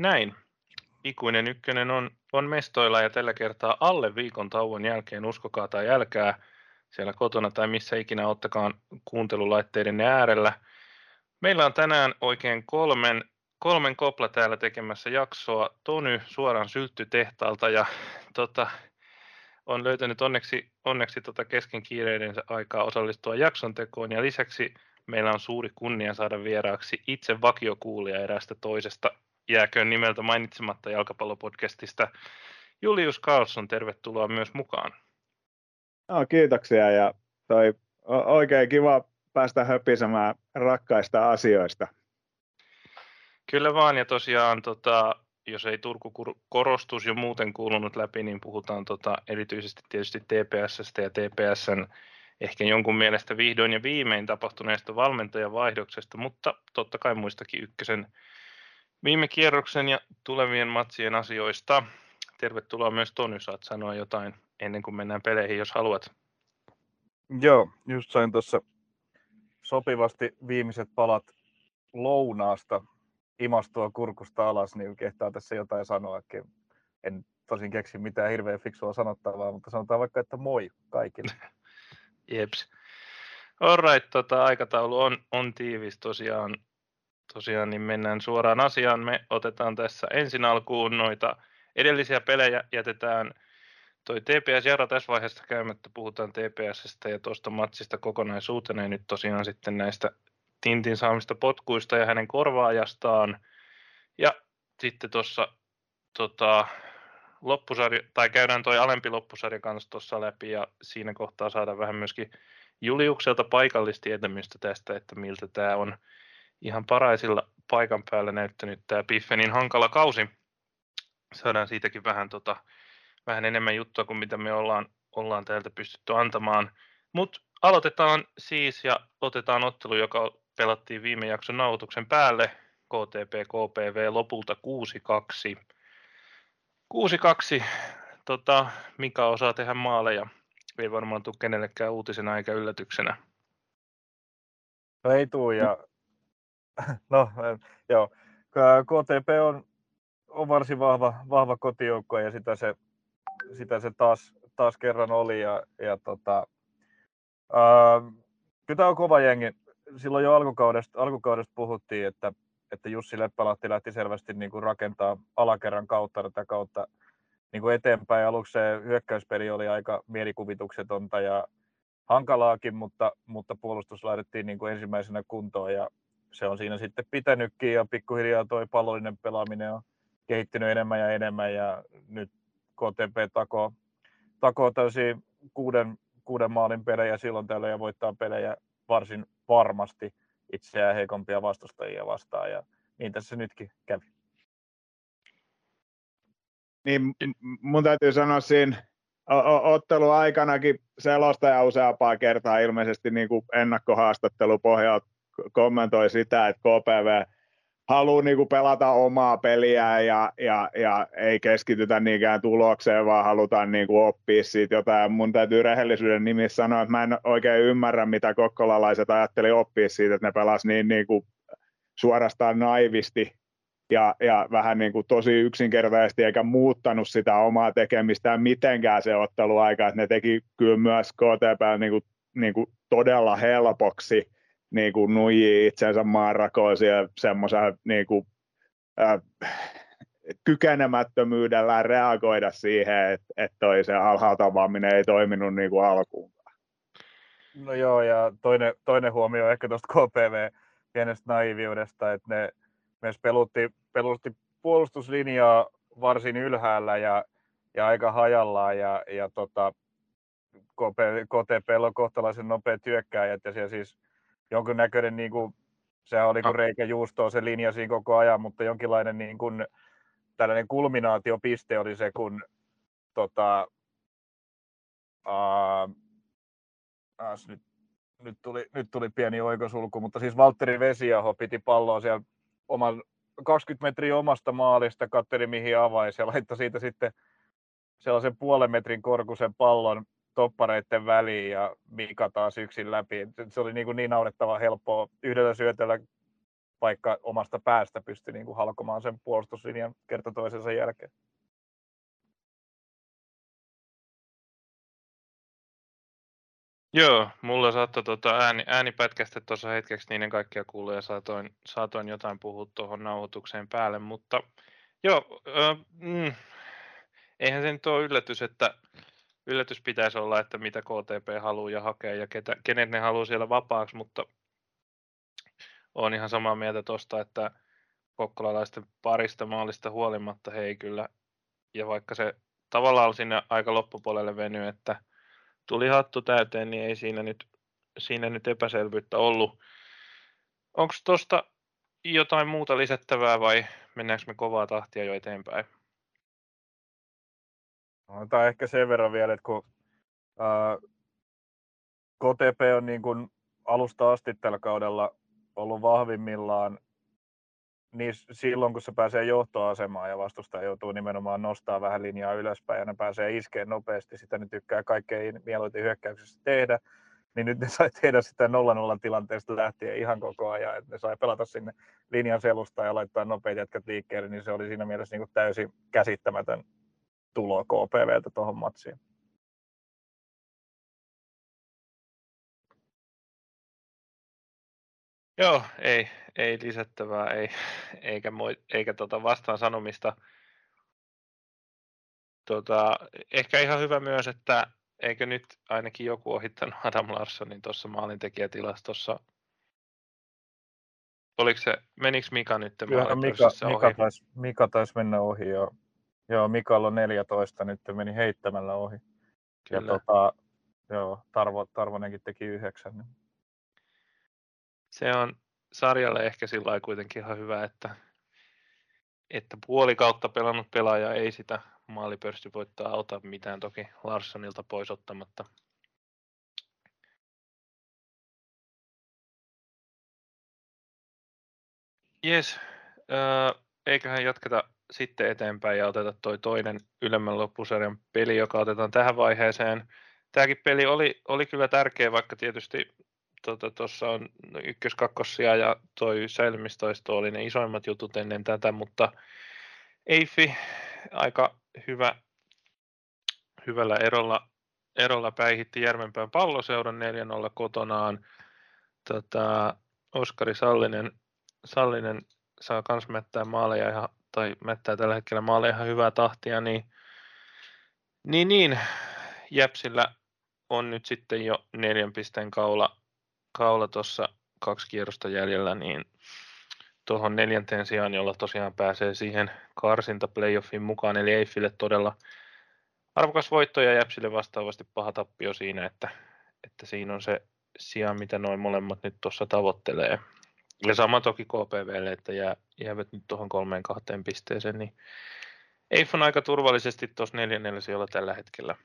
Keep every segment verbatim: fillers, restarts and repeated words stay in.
Näin. Ikuinen ykkönen on, on mestoilla ja tällä kertaa alle viikon tauon jälkeen, uskokaa tai älkää, siellä kotona tai missä ikinä ottakaan kuuntelulaitteiden äärellä. Meillä on tänään oikein kolmen, kolmen kopla täällä tekemässä jaksoa. Tony suoraan sylttytehtaalta ja tota, on löytänyt onneksi, onneksi tota kesken kiireidensä aikaa osallistua jakson tekoon ja lisäksi meillä on suuri kunnia saada vieraaksi itse vakiokuulija eräästä toisesta jääköön nimeltä mainitsematta jalkapallopodcastista. Julius Karlsson, tervetuloa myös mukaan. No, kiitoksia ja toi oikein kiva päästä höpisemään rakkaista asioista. Kyllä vaan ja tosiaan tota, jos ei Turku korostus jo muuten kuulunut läpi, niin puhutaan tota, erityisesti tietysti T P S:stä ja T P S:n ehkä jonkun mielestä vihdoin ja viimein tapahtuneesta valmentajavaihdoksesta, mutta totta kai muistakin ykkösen viime kierroksen ja tulevien matsien asioista. Tervetuloa myös Tony, saat sanoa jotain ennen kuin mennään peleihin, jos haluat. Joo, just sain tuossa sopivasti viimeiset palat lounaasta imastua kurkusta alas, niin kehtaa tässä jotain sanoakin. En tosin keksi mitään hirveän fiksua sanottavaa, mutta sanotaan vaikka, että moi kaikille. Jeps. Alright, tota, aikataulu on, on tiivis tosiaan. Tosiaan niin mennään suoraan asiaan. Me otetaan tässä ensin alkuun noita edellisiä pelejä, jätetään toi T P S-Jara tässä vaiheessa käymättä, puhutaan T P S:stä ja tuosta matsista kokonaisuutena ja nyt tosiaan sitten näistä Tintin saamista potkuista ja hänen korvaajastaan. Ja sitten tuossa tota, loppusarja, tai käydään toi alempi loppusarja kanssa tuossa läpi ja siinä kohtaa saadaan vähän myöskin Juliukselta paikallistietämystä tästä, että miltä tämä on ihan paraisilla paikan päällä näyttänyt tämä Biffenin hankala kausi. Saadaan siitäkin vähän, tota, vähän enemmän juttua kuin mitä me ollaan, ollaan täältä pystytty antamaan. Mutta aloitetaan siis ja otetaan ottelu, joka pelattiin viime jakson nauhoituksen päälle. K T P K P V lopulta kuusi kaksi. kuusi kaksi. Tota, Mika osaa tehdä maaleja. Ei varmaan tule kenellekään uutisena eikä yllätyksenä. No ei tuu ja no joo, K T P on, on varsin vahva, vahva kotijoukko ja sitä se, sitä se taas, taas kerran oli ja, ja tota, ää, kyllä tämä on kova jengi. Silloin jo alkukaudesta, alkukaudesta puhuttiin, että, että Jussi Leppälahti lähti selvästi niin kuin rakentaa alakerran kautta tätä kautta niin kuin eteenpäin. Aluksi se hyökkäyspeli oli aika mielikuvituksetonta ja hankalaakin, mutta, mutta puolustus laitettiin niin kuin ensimmäisenä kuntoon ja se on siinä sitten pitänytkin ja pikkuhiljaa toi pallollinen pelaaminen on kehittynyt enemmän ja enemmän ja nyt K T P takoo, takoo täysin kuuden, kuuden maalin pelejä silloin tällä ja voittaa pelejä varsin varmasti itseään heikompia vastustajia vastaan ja niin tässä nytkin kävi. Niin mun täytyy sanoa siinä ottelun aikanakin selostaja useampaa kertaa ilmeisesti niin kuin ennakkohaastattelupohjalta kommentoi sitä, että K P V haluaa niin kuin pelata omaa peliä ja, ja, ja ei keskitytä niinkään tulokseen, vaan halutaan niin kuin oppia siitä jotain. Mun täytyy rehellisyyden nimissä sanoa, että mä en oikein ymmärrä, mitä kokkolalaiset ajatteli oppia siitä, että ne pelas niin, niin kuin suorastaan naivisti ja, ja vähän niin kuin tosi yksinkertaisesti eikä muuttanut sitä omaa tekemistään mitenkään se otteluaika, että ne teki kyllä myös K T P niin kuin, niin kuin todella helpoksi niin kuin nuijii itsensä maanrakoon siellä semmoisen niin kuin, äh, kykenemättömyydellään reagoida siihen, että, että toi se alhaalta vamminen ei toiminut niin kuin alkuunkaan. No joo, ja toinen, toinen huomio ehkä tuosta K P V pienestä naiviudesta, että ne myös pelutti, pelutti puolustuslinjaa varsin ylhäällä ja, ja aika hajallaan ja, ja tota, K T P:llä on kohtalaisen nopea hyökkääjät ja siellä siis jonkinnäköinen, niin kuin, sehän oli kuin reikä juustoa se linja siinä koko ajan, mutta jonkinlainen niin kuin, tällainen kulminaatiopiste oli se, kun tota, aa, as, nyt, nyt, tuli, nyt tuli pieni oikosulku, mutta siis Valtteri Vesiaho piti palloa siellä oman kaksikymmentä metriä omasta maalista, katseli mihin avaisi ja laittoi siitä sitten sellaisen puolen metrin korkuisen pallon toppareiden väliin ja Mika taas yksin läpi. Se oli niin, kuin niin naurettavan helppoa yhdellä syötöllä vaikka omasta päästä pystyi niin kuin halkomaan sen puolustuslinjan kerta toisensa jälkeen. Joo, mulla saattoi tota ääni, äänipätkästä tuossa hetkeksi niiden kaikkia kuulla ja saatoin, saatoin jotain puhua tuohon nauhoitukseen päälle, mutta joo, ö, mm, eihän se nyt ole yllätys, että yllätys pitäisi olla, että mitä K T P haluaa ja hakee ja ketä, kenet ne haluaa siellä vapaaksi, mutta olen ihan samaa mieltä tuosta, että kokkolalaisten parista maalista huolimatta he ei kyllä, ja vaikka se tavallaan sinne aika loppupuolelle venyy, että tuli hattu täyteen, niin ei siinä nyt, siinä nyt epäselvyyttä ollut. Onko tuosta jotain muuta lisättävää vai mennäänkö me kovaa tahtia jo eteenpäin? No, tämä ehkä sen verran vielä, että kun ää, K T P on niin kuin alusta asti tällä kaudella ollut vahvimmillaan niin silloin, kun se pääsee johtoasemaan ja vastustaja joutuu nimenomaan nostaa vähän linjaa ylöspäin ja ne pääsee iskeen nopeasti, sitä ne tykkää kaikkein mieluiten hyökkäyksessä tehdä, niin nyt ne sai tehdä sitä nolla nolla tilanteesta lähtien ihan koko ajan, että ne sai pelata sinne linjan selusta ja laittaa nopeat jätkät liikkeelle, niin se oli siinä mielessä niin kuin täysin käsittämätön tulo K P V:ltä tuohon matsiin. Joo, ei, ei lisättävää, ei, eikä, moi, eikä tota vastaan sanomista. Tota, ehkä ihan hyvä myös, että eikö nyt ainakin joku ohittanut Adam Larssonin tuossa maalintekijätilastossa. Oliko se, menikö Mika nyt maalipörssissä Mika, ohi? Mika, taisi, Mika taisi mennä ohi, joo. Joo, Mikalla on neljätoista, nyt meni heittämällä ohi. Kyllä. Ja tota, joo, Tarvo, Tarvonenkin teki yhdeksän. Niin. Se on sarjalle ehkä sillä lailla kuitenkin ihan hyvä, että, että puoli kautta pelannut pelaaja ei sitä maalipörssivoittaa auta mitään, toki Larssonilta pois ottamatta. Jes, öö, eiköhän jatketa sitten eteenpäin ja oteta toi toinen ylemmän loppusarjan peli, joka otetaan tähän vaiheeseen. Tämäkin peli oli, oli kyllä tärkeä, vaikka tietysti tuossa tota, on ykkös-, kakkosia ja toi säilymistoisto oli ne isoimmat jutut ennen tätä, mutta Eifi aika hyvä, hyvällä erolla, erolla päihitti Järvenpään Palloseuran neljä nolla kotonaan. Tota, Oskari Sallinen, Sallinen saa kans mättää maaleja ihan, tai mättää tällä hetkellä maaleja ihan hyvää tahtia, niin, niin, niin Jäpsillä on nyt sitten jo neljän pisteen kaula, kaula tuossa kaksi kierrosta jäljellä, niin tuohon neljänteen sijaan, jolla tosiaan pääsee siihen karsinta playoffiin mukaan, eli Eifille todella arvokas voitto ja Jäpsille vastaavasti paha tappio siinä, että, että siinä on se sija, mitä noin molemmat nyt tuossa tavoittelee. Ja sama toki K P V:lle, että jää, jäävät nyt tuohon kolmeen kahteen pisteeseen, niin Eif on aika turvallisesti tuossa neljännellä sijalla tällä hetkellä.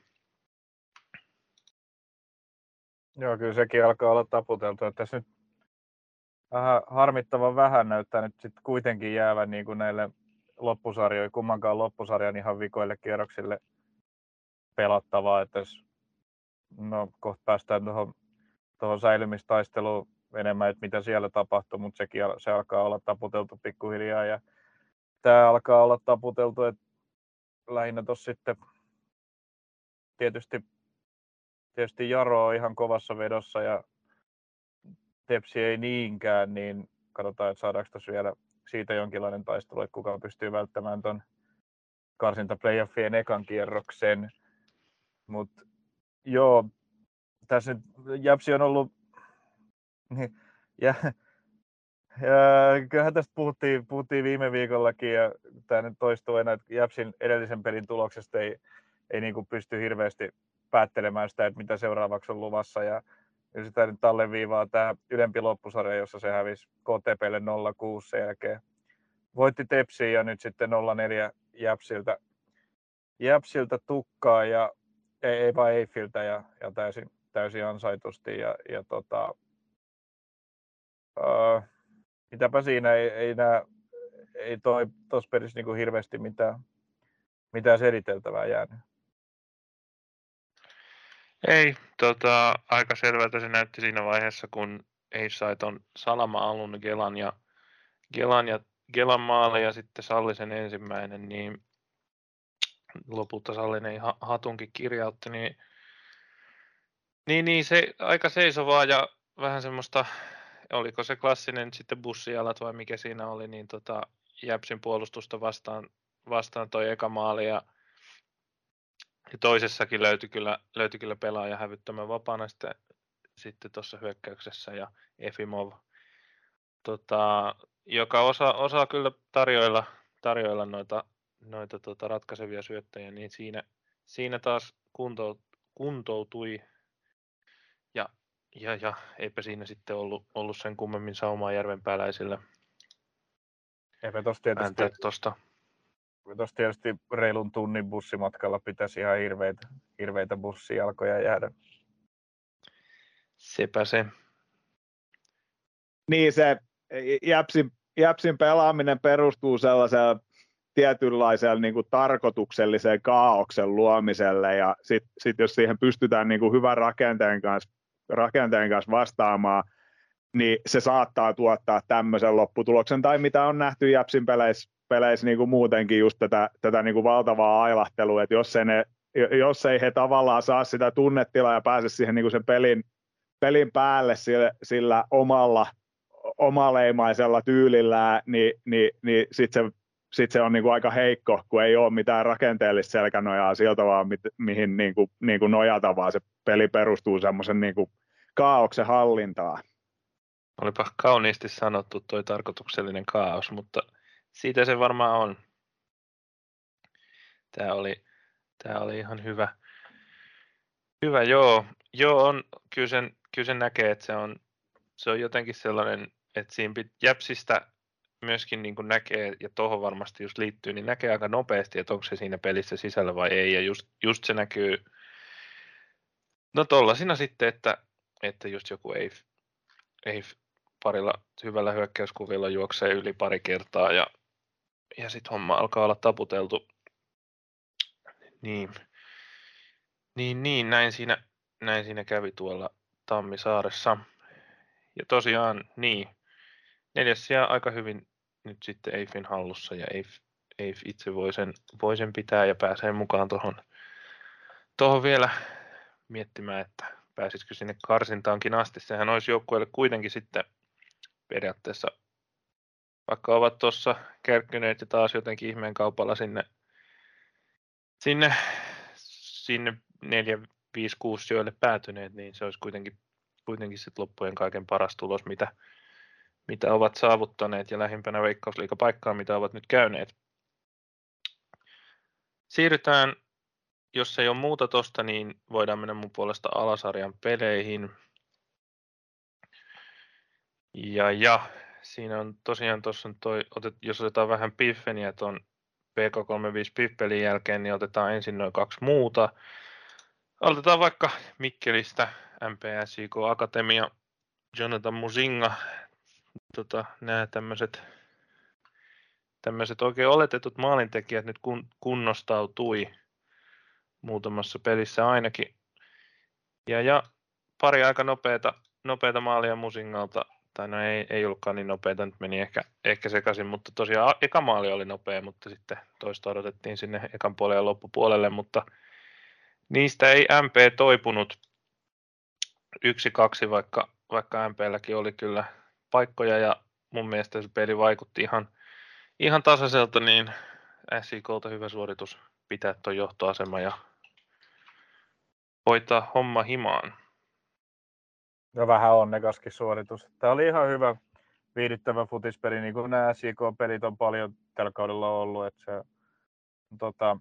Joo, kyllä sekin alkaa olla taputeltu, että tässä nyt vähän harmittavan vähän näyttää nyt sitten kuitenkin jäävän niin kuin näille loppusarjoille, kummankaan loppusarjan ihan vikoille kierroksille pelattavaa, että jos, no kohta päästään tuohon tuohon säilymistaisteluun enemmän, että mitä siellä tapahtuu, mutta sekin se alkaa olla taputeltu pikkuhiljaa ja tämä alkaa olla taputeltu, että lähinnä tuossa sitten tietysti, tietysti Jaro on ihan kovassa vedossa ja Tepsi ei niinkään, niin katsotaan, että saadaanko tuossa vielä siitä jonkinlainen taistelu, että kuka pystyy välttämään tuon karsinta playoffien ekan kierroksen. Mutta joo, tässä nyt Jäpsi on ollut, ja, ja kyllähän tästä puhuttiin, puhuttiin viime viikollakin, ja tämä nyt toistuu enää, että Jäpsin edellisen pelin tuloksesta ei, ei niin kuin pysty hirveästi päättelemään sitä, että mitä seuraavaksi on luvassa, ja ja sitä nyt alleviivaa tämä ylempi loppusarja, jossa se hävisi K T P:lle nolla kuusi sen jälkeen. Voitti Tepsiin ja nyt sitten nolla neljä Jäpsiltä, Jäpsiltä tukkaa ja ei, ei vaan Eifiltä ja, ja täysin, täysin ansaitusti. Ja, ja tota, ää, mitäpä siinä ei, ei, nää, ei toi tuossa pelissä niinku hirveästi mitään, mitään seliteltävää jäänyt. Ei, tota, aika selvältä se näytti siinä vaiheessa, kun Eif sai ton Salama Alun, Gelan ja Gelan, ja, Gelan maali ja sitten Sallisen ensimmäinen, niin lopulta Sallinen ha, hatunkin kirjautti, niin, niin, niin se aika seisovaa ja vähän semmoista, oliko se klassinen sitten bussijalat vai mikä siinä oli, niin tota, Jäpsin puolustusta vastaan, vastaan toi eka maali ja, ja toisessakin löytyi kyllä, löytyi kyllä pelaaja hävyttömän vapaana sitten sitten tuossa hyökkäyksessä ja Efimov, tota, joka osaa, osaa kyllä tarjoilla, tarjoilla noita, noita tota, ratkaisevia syöttäjiä, niin siinä, siinä taas kunto, kuntoutui ja, ja, ja eipä siinä sitten ollut, ollut sen kummemmin saumaa järvenpääläisillä. Eipä tuossa tietysti, tosta. tos tietysti reilun tunnin bussimatkalla pitäisi ihan hirveitä, hirveitä bussijalkoja jäädä. Sepä se. Niin se Jäpsin, Jäpsin pelaaminen perustuu sellaiseen tietynlaiselle niin kuin tarkoitukselliseen kaaoksen luomiselle ja sitten sit jos siihen pystytään niin kuin hyvän rakenteen kanssa, rakenteen kanssa vastaamaan, niin se saattaa tuottaa tämmöisen lopputuloksen, tai mitä on nähty Jäpsin peleissä, peleissä niin kuin muutenkin just tätä, tätä niin kuin valtavaa ailahtelua, että jos ei, ne, jos ei he tavallaan saa sitä tunnetilaa ja pääse siihen niin kuin sen pelin, pelin päälle sillä, sillä omalla, omaleimaisella tyylillään, niin, niin, niin sitten se, sit se on niin kuin aika heikko, kun ei ole mitään rakenteellista selkänojaa siltä vaan, mi, mihin niin kuin, niin kuin nojata, vaan se peli perustuu semmoisen niin kuin kaaoksen hallintaan. Olipa kauniisti sanottu toi tarkoituksellinen kaos, mutta siitä se varmaan on. Tämä oli, tämä oli ihan hyvä. Hyvä, joo. Joo, on, kyllä, sen, kyllä sen näkee, että se on, se on jotenkin sellainen, että siinä pit, Jäpsistä myöskin niin kuin näkee, ja tuohon varmasti just liittyy, niin näkee aika nopeasti, että onko se siinä pelissä sisällä vai ei, ja just, just se näkyy, no tollasina sitten, että, että just joku ei, ei parilla hyvällä hyökkäyskuvilla juoksee yli pari kertaa, ja, ja sitten homma alkaa olla taputeltu. Niin, niin, niin näin, siinä, näin siinä kävi tuolla Tammisaaressa. Ja tosiaan, niin, neljäs sija aika hyvin nyt sitten Eifin hallussa, ja Eif, Eif itse voi sen, voi sen pitää ja pääsee mukaan tuohon tohon vielä miettimään, että pääsisikö sinne karsintaankin asti. Sehän olisi joukkueelle kuitenkin sitten periaatteessa, vaikka ovat tuossa kärkkyneet ja taas jotenkin ihmeen kaupalla sinne, sinne, sinne neljä, viisi, kuusi sijoille päätyneet, niin se olisi kuitenkin, kuitenkin sitten loppujen kaiken paras tulos, mitä, mitä ovat saavuttaneet ja lähimpänä Veikkausliigapaikkaa, mitä ovat nyt käyneet. Siirrytään, jos ei ole muuta tosta, niin voidaan mennä mun puolesta alasarjan peleihin. Ja, ja siinä on tosiaan tuossa, toi, otet, jos otetaan vähän Piffeniä tuon P K kolmekymmentäviisi Piff-pelin jälkeen, niin otetaan ensin noin kaksi muuta. Aloitetaan vaikka Mikkelistä, M P S I K Akatemia, Jonathan Musinga, tota, nämä tämmöiset tämmöiset oikein oletetut maalintekijät nyt kun, kunnostautui muutamassa pelissä ainakin. Ja, ja pari aika nopeata, nopeata maalia Musingalta, tai no ei, ei ollutkaan niin nopeata, nyt meni ehkä, ehkä sekaisin, mutta tosiaan eka maali oli nopea, mutta sitten toista odotettiin sinne ekan puolen ja loppupuolelle, mutta niistä ei M P toipunut yksi kaksi, vaikka, vaikka M P:lläkin oli kyllä paikkoja ja mun mielestä se peli vaikutti ihan, ihan tasaiselta, niin S I K:lta hyvä suoritus pitää tuon johtoasema ja hoitaa homma himaan. No vähän onnekaskin suoritus. Tämä oli ihan hyvä viihdyttävä futispeli, niin kuin nämä S I K-pelit on paljon tällä kaudella ollut. Että se, tota,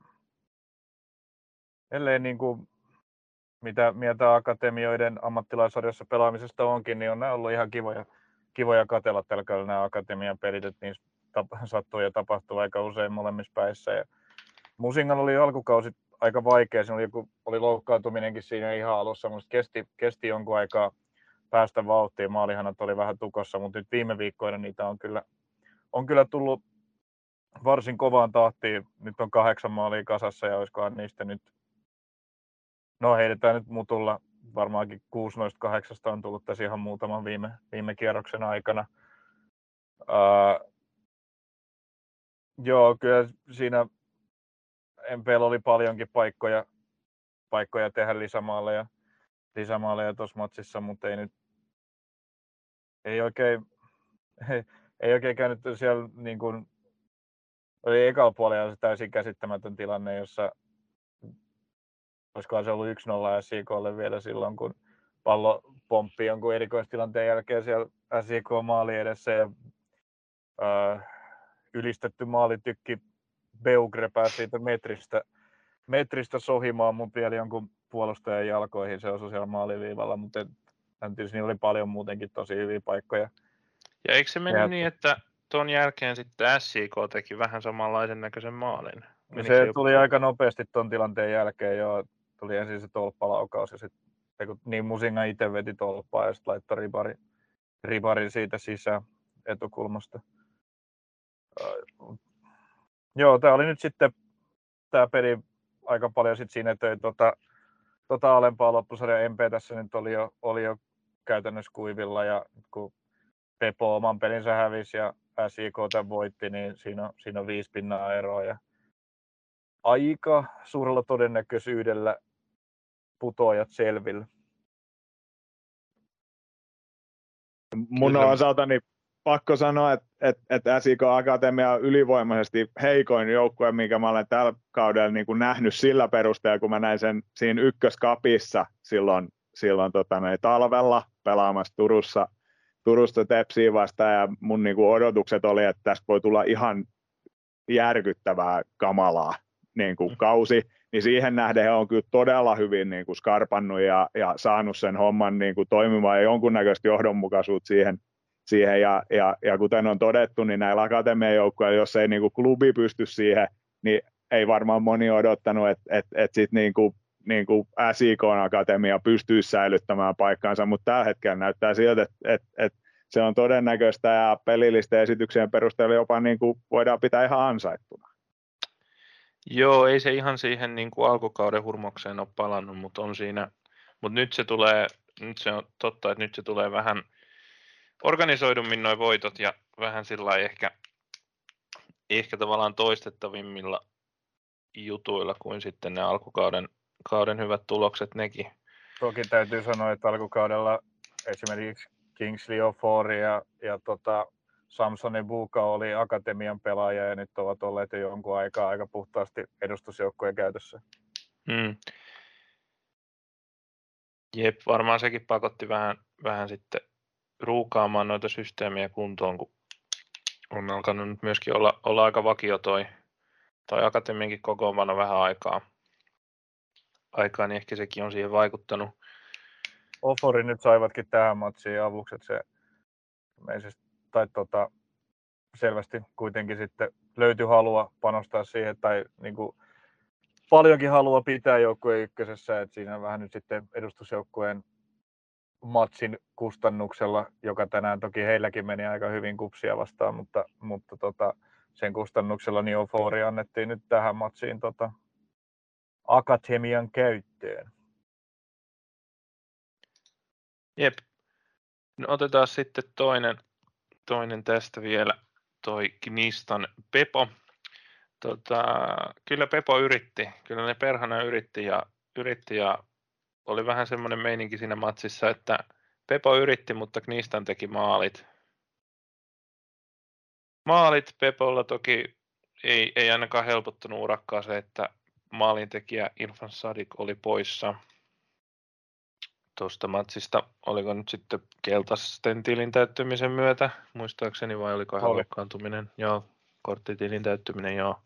ellei niin kuin, mitä mieltä akatemioiden ammattilaisarjossa pelaamisesta onkin, niin on nämä ollut ihan kivoja, kivoja katsella tällä kaudella nämä akatemian pelit, että niissä tap- sattuu ja tapahtuu aika usein molemmissa päissä. Ja Musingan oli alkukausi aika vaikea, siinä oli, joku, oli loukkaantuminenkin siinä ihan alussa, mutta kesti, kesti jonkun aikaa päästä vauhtiin. Maalihanat oli vähän tukossa, mutta nyt viime viikkoina niitä on kyllä, on kyllä tullut varsin kovaan tahtiin. Nyt on kahdeksan maalia kasassa ja olisikohan niistä nyt, no heitetään nyt mutulla, varmaankin kuusi noista kahdeksasta on tullut tässä ihan muutaman viime, viime kierroksen aikana. Uh, Joo, kyllä siinä M P:llä oli paljonkin paikkoja, paikkoja tehdä lisämaaleja, lisämaaleja tuossa matsissa, mutta ei nyt ei oikein, ei, ei oikein käynyt siellä niin kuin, oli ekalla puolella se täysin käsittämätön tilanne, jossa olisikohan se ollut yksi nolla S I K:lle vielä silloin, kun pallo pomppi jonkun erikoistilanteen jälkeen siellä S I K-maali edessä ja äh, ylistetty maalitykki Beugre pääsi siitä metristä, metristä sohimaan mun vielä jonkun puolustajan jalkoihin, se osui siellä maaliviivalla, mutta niillä oli paljon muutenkin tosi hyviä paikkoja. Ja eikö se mennyt niin, että tuon jälkeen sitten S I K teki vähän samanlaisen näköisen maalin? Menikö se, se tuli aika nopeasti tuon tilanteen jälkeen jo, tuli ensin se tolppalaukaus ja sitten niin Musinga itse veti tolppaa ja sitten laittoi ribari, ribarin siitä sisään etukulmasta. Uh, joo, tämä oli nyt sitten tämä peli aika paljon sit siinä töi tota, tota alempaa loppusarja. M P tässä nyt oli jo, oli jo käytännössä kuivilla ja kun Pepo oman pelinsä hävisi ja S I K tämän voitti, niin siinä on, siinä on viisi pinnaa eroa. Ja aika suurella todennäköisyydellä putoajat selville. Mun on osaltani pakko sanoa, että, että, että S I K Akatemia on ylivoimaisesti heikoin joukkue, minkä mä olen tällä kaudella niin kuin nähnyt sillä perusteella, kun mä näin sen siinä ykköskapissa silloin, silloin tota, talvella pelaamassa Turussa, Turusta Tepsiä vastaan, ja mun niin kuin odotukset oli, että tästä voi tulla ihan järkyttävää kamalaa niin kuin kausi, niin siihen nähden he on kyllä todella hyvin niin kuin skarpannut ja, ja saanut sen homman niin kuin toimimaan ja jonkunnäköistä johdonmukaisuutta siihen, siihen ja, ja, ja kuten on todettu, niin näillä akatemian joukkueilla, jos ei niin kuin klubi pysty siihen, niin ei varmaan moni odottanut, että et, et sitten niin kuin, niin kuin S I K-akatemia pystyisi säilyttämään paikkaansa, mutta tällä hetkellä näyttää siltä, että et, et se on todennäköistä ja pelillisten esityksien perusteella jopa niin kuin voidaan pitää ihan ansaittuna. Joo, ei se ihan siihen niin kuin alkukauden hurmokseen ole palannut, mutta on siinä, mutta nyt se tulee, nyt se on totta, että nyt se tulee vähän organisoidummin nuo voitot ja vähän sillä ehkä, ehkä tavallaan toistettavimmilla jutuilla kuin sitten ne alkukauden kauden hyvät tulokset nekin. Toki täytyy sanoa, että alkukaudella esimerkiksi Kingsley Ofori ja, ja tota, Samson Buka oli akatemian pelaaja ja nyt ovat olleet jo jonkun aikaa aika puhtaasti edustusjoukkojen käytössä. Hmm. Jep, varmaan sekin pakotti vähän, vähän sitten ruukaamaan noita systeemiä kuntoon, kun on alkanut nyt myöskin olla, olla aika vakio toi, toi akatemiankin kokoonpano vähän aikaa. aikaa, niin ehkä sekin on siihen vaikuttanut. Ofori nyt saivatkin tähän matsiin avuksi, että se tai tota, selvästi kuitenkin sitten löytyi halua panostaa siihen, tai niin kuin paljonkin halua pitää joukkueen ykkösessä, että siinä vähän nyt sitten edustusjoukkueen matsin kustannuksella, joka tänään toki heilläkin meni aika hyvin kupsia vastaan, mutta, mutta tota, sen kustannuksella niin Ofori annettiin nyt tähän matsiin tota, akatemian käyttöön. Jep. No otetaan sitten toinen, toinen tästä vielä, toi Knistan Pepo. Tota, kyllä Pepo yritti, kyllä ne perhana yritti ja, yritti ja oli vähän semmoinen meininki siinä matsissa, että Pepo yritti, mutta Knistan teki maalit. Maalit Pepolla toki ei, ei ainakaan helpottanut urakkaa se, että maalintekijä Irfan Sadik oli poissa tuosta matsista. Oliko nyt sitten keltaisten tilin täyttymisen myötä, muistaakseni, vai oliko ihan loukkaantuminen? Joo, korttitilin täyttyminen, joo.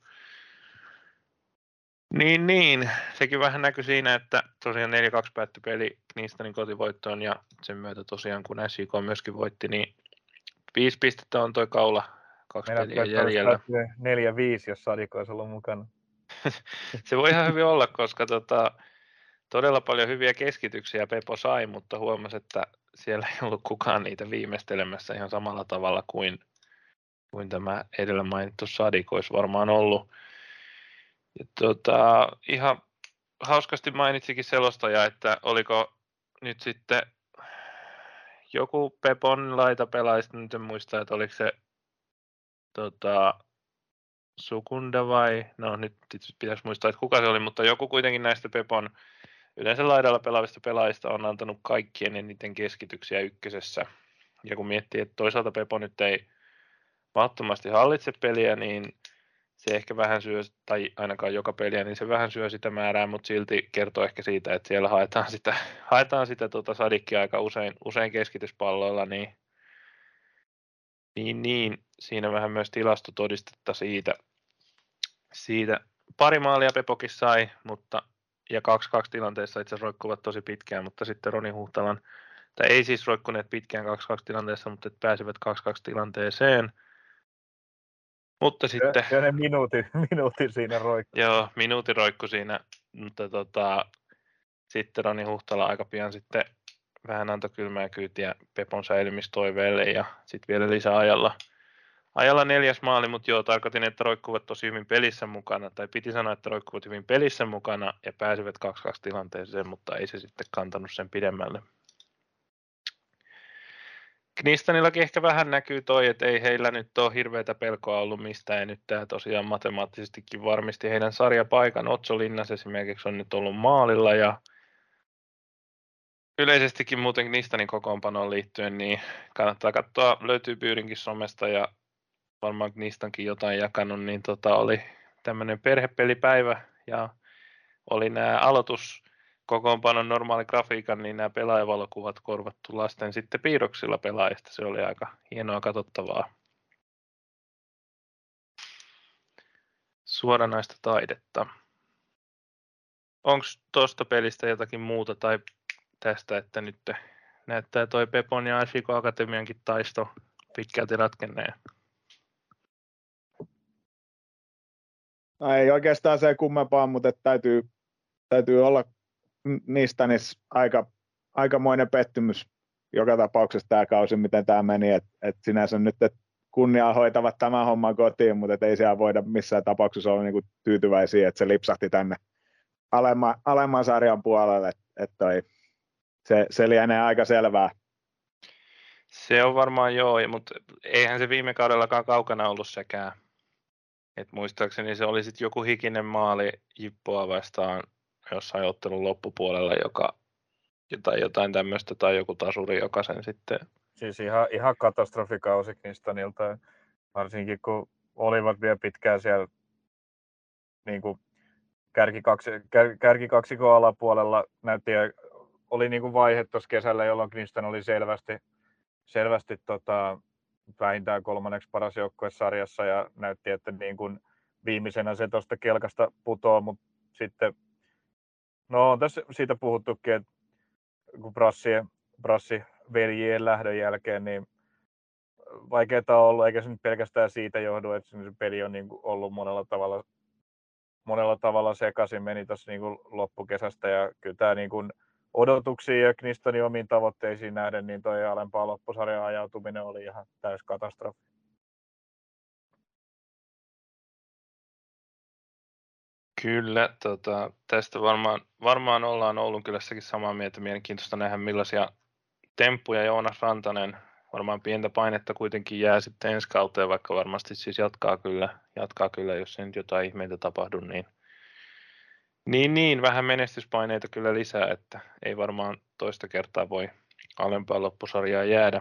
Niin, niin. Sekin vähän näkyi siinä, että tosiaan neljä kaksi päättyi peli Knistanin kotivoittoon ja sen myötä tosiaan kun S I K myöskin voitti, niin viisi pistettä on toi kaula, kaksi Meidän peliä jäljellä. neljä viisi, jos Sadik olisi ollut mukana. Se voi ihan hyvin olla, koska tota, todella paljon hyviä keskityksiä Pepo sai, mutta huomasi, että siellä ei ollut kukaan niitä viimeistelemässä ihan samalla tavalla kuin, kuin tämä edellä mainittu Sadik olisi varmaan ollut. Ja tota, ihan hauskasti mainitsikin selostaja, että oliko nyt sitten joku Pepon laitapelaajista, nyt en muista, että oliko se tota, Sukunda vai, no nyt pitäisi muistaa, että kuka se oli, mutta joku kuitenkin näistä Pepon yleensä laidalla pelaavista pelaajista on antanut kaikkien eniten keskityksiä ykkösessä. Ja kun miettii, että toisaalta Pepo nyt ei mahdottomasti hallitse peliä, niin se ehkä vähän syö, tai ainakaan joka peliä, niin se vähän syö sitä määrää, mutta silti kertoo ehkä siitä, että siellä haetaan sitä, haetaan sitä tuota Sadikkia aika usein, usein keskityspalloilla, niin, niin, niin siinä vähän myös tilastotodistetta siitä. siitä. Pari maalia Pepokin sai, mutta ja kaksi kaksi tilanteessa itse asiassa roikkuvat tosi pitkään, mutta sitten Roni Huhtalan, tai ei siis roikkuneet pitkään kaksi kaksi tilanteessa, mutta et pääsivät kaksi kaksi tilanteeseen. Mutta sitten... Ja ne minuutin, minuutin siinä roikku. Joo, minuutin roikku siinä, mutta tota, sitten Roni Huhtala aika pian sitten vähän antoi kylmää kyytiä Pepon säilymistoiveelle ja sitten vielä lisäajalla ajalla neljäs maali, mutta joo, tarkoitin, että roikkuvat tosi hyvin pelissä mukana, tai piti sanoa, että roikkuvat hyvin pelissä mukana ja pääsivät kaksi kaksi tilanteeseen, mutta ei se sitten kantanut sen pidemmälle. Knistanillakin ehkä vähän näkyy toi, että ei heillä nyt ole hirveätä pelkoa ollut mistään, ja nyt tämä tosiaan matemaattisestikin varmisti heidän sarjapaikan. Otso Linnas esimerkiksi on nyt ollut maalilla, ja yleisestikin muuten Knistanin kokoonpanoon liittyen, niin kannattaa katsoa, löytyy Byyrinkin somesta, ja varmaan Knistankin jotain jakanut, niin tota oli tämmöinen perhepelipäivä, ja oli nämä aloitus kokoonpanon normaali grafiikan, niin nämä pelaajavalokuvat korvattu lasten sitten piirroksilla pelaajista. Se oli aika hienoa katsottavaa. Suoranaista taidetta. Onko tuosta pelistä jotakin muuta tai tästä, että nyt näyttää toi Pepon ja Ashiko Akatemiankin taisto pitkälti ratkenneen? No ei oikeastaan se kummempaa, mutta täytyy, täytyy olla niistä niin aika, aikamoinen pettymys joka tapauksessa tämä kausi, miten tämä meni, että et sinänsä nyt et kunniaa hoitavat tämän homman kotiin, mutta et ei siellä voida missään tapauksessa olla niinku tyytyväisiä, että se lipsahti tänne alemman, alemman sarjan puolelle, että et se, se lienee aika selvää. Se on varmaan joo, mutta eihän se viime kaudellakaan kaukana ollut sekään. Et muistaakseni se oli sitten joku hikinen maali Jippoa vastaan jossain ottelun loppupuolella, joka, tai jotain tämmöistä, tai joku tasuri, joka sen sitten... Siis ihan, ihan katastrofikausi Knistanilta, varsinkin kun olivat vielä pitkään siellä niin kuin kärkikaksi, kär, kärkikaksikon alapuolella. Näytti, oli niin kuin vaihe tuossa kesällä, jolloin Knistan oli selvästi, selvästi tota, vähintään kolmanneksi paras joukkue sarjassa ja näytti, että niin kuin viimeisenä se tuosta kelkasta putoaa, mutta sitten no on tässä siitä puhuttukin, että kun Brassien, Brassi veljien lähdön jälkeen, niin vaikeaa on ollut, eikä se nyt pelkästään siitä johdu, että se peli on niin kuin ollut monella tavalla, monella tavalla sekaisin, meni tuossa niin kuin loppukesästä ja kyllä tämä niin kuin odotuksiin ja Knistanin omiin tavoitteisiin nähden, niin tuo alempaa loppusarjan ajautuminen oli ihan täys katastrofi. Kyllä, tota, tästä varmaan, varmaan ollaan Oulun kylässäkin samaa mieltä. Mielenkiintoista nähdä millaisia temppuja Joonas Rantanen, varmaan pientä painetta kuitenkin jää sitten ensi kauteen, vaikka varmasti siis jatkaa kyllä, jatkaa kyllä jos ei nyt jotain ihmeitä tapahdu, niin, niin, niin vähän menestyspaineita kyllä lisää, että ei varmaan toista kertaa voi alempaa loppusarjaa jäädä.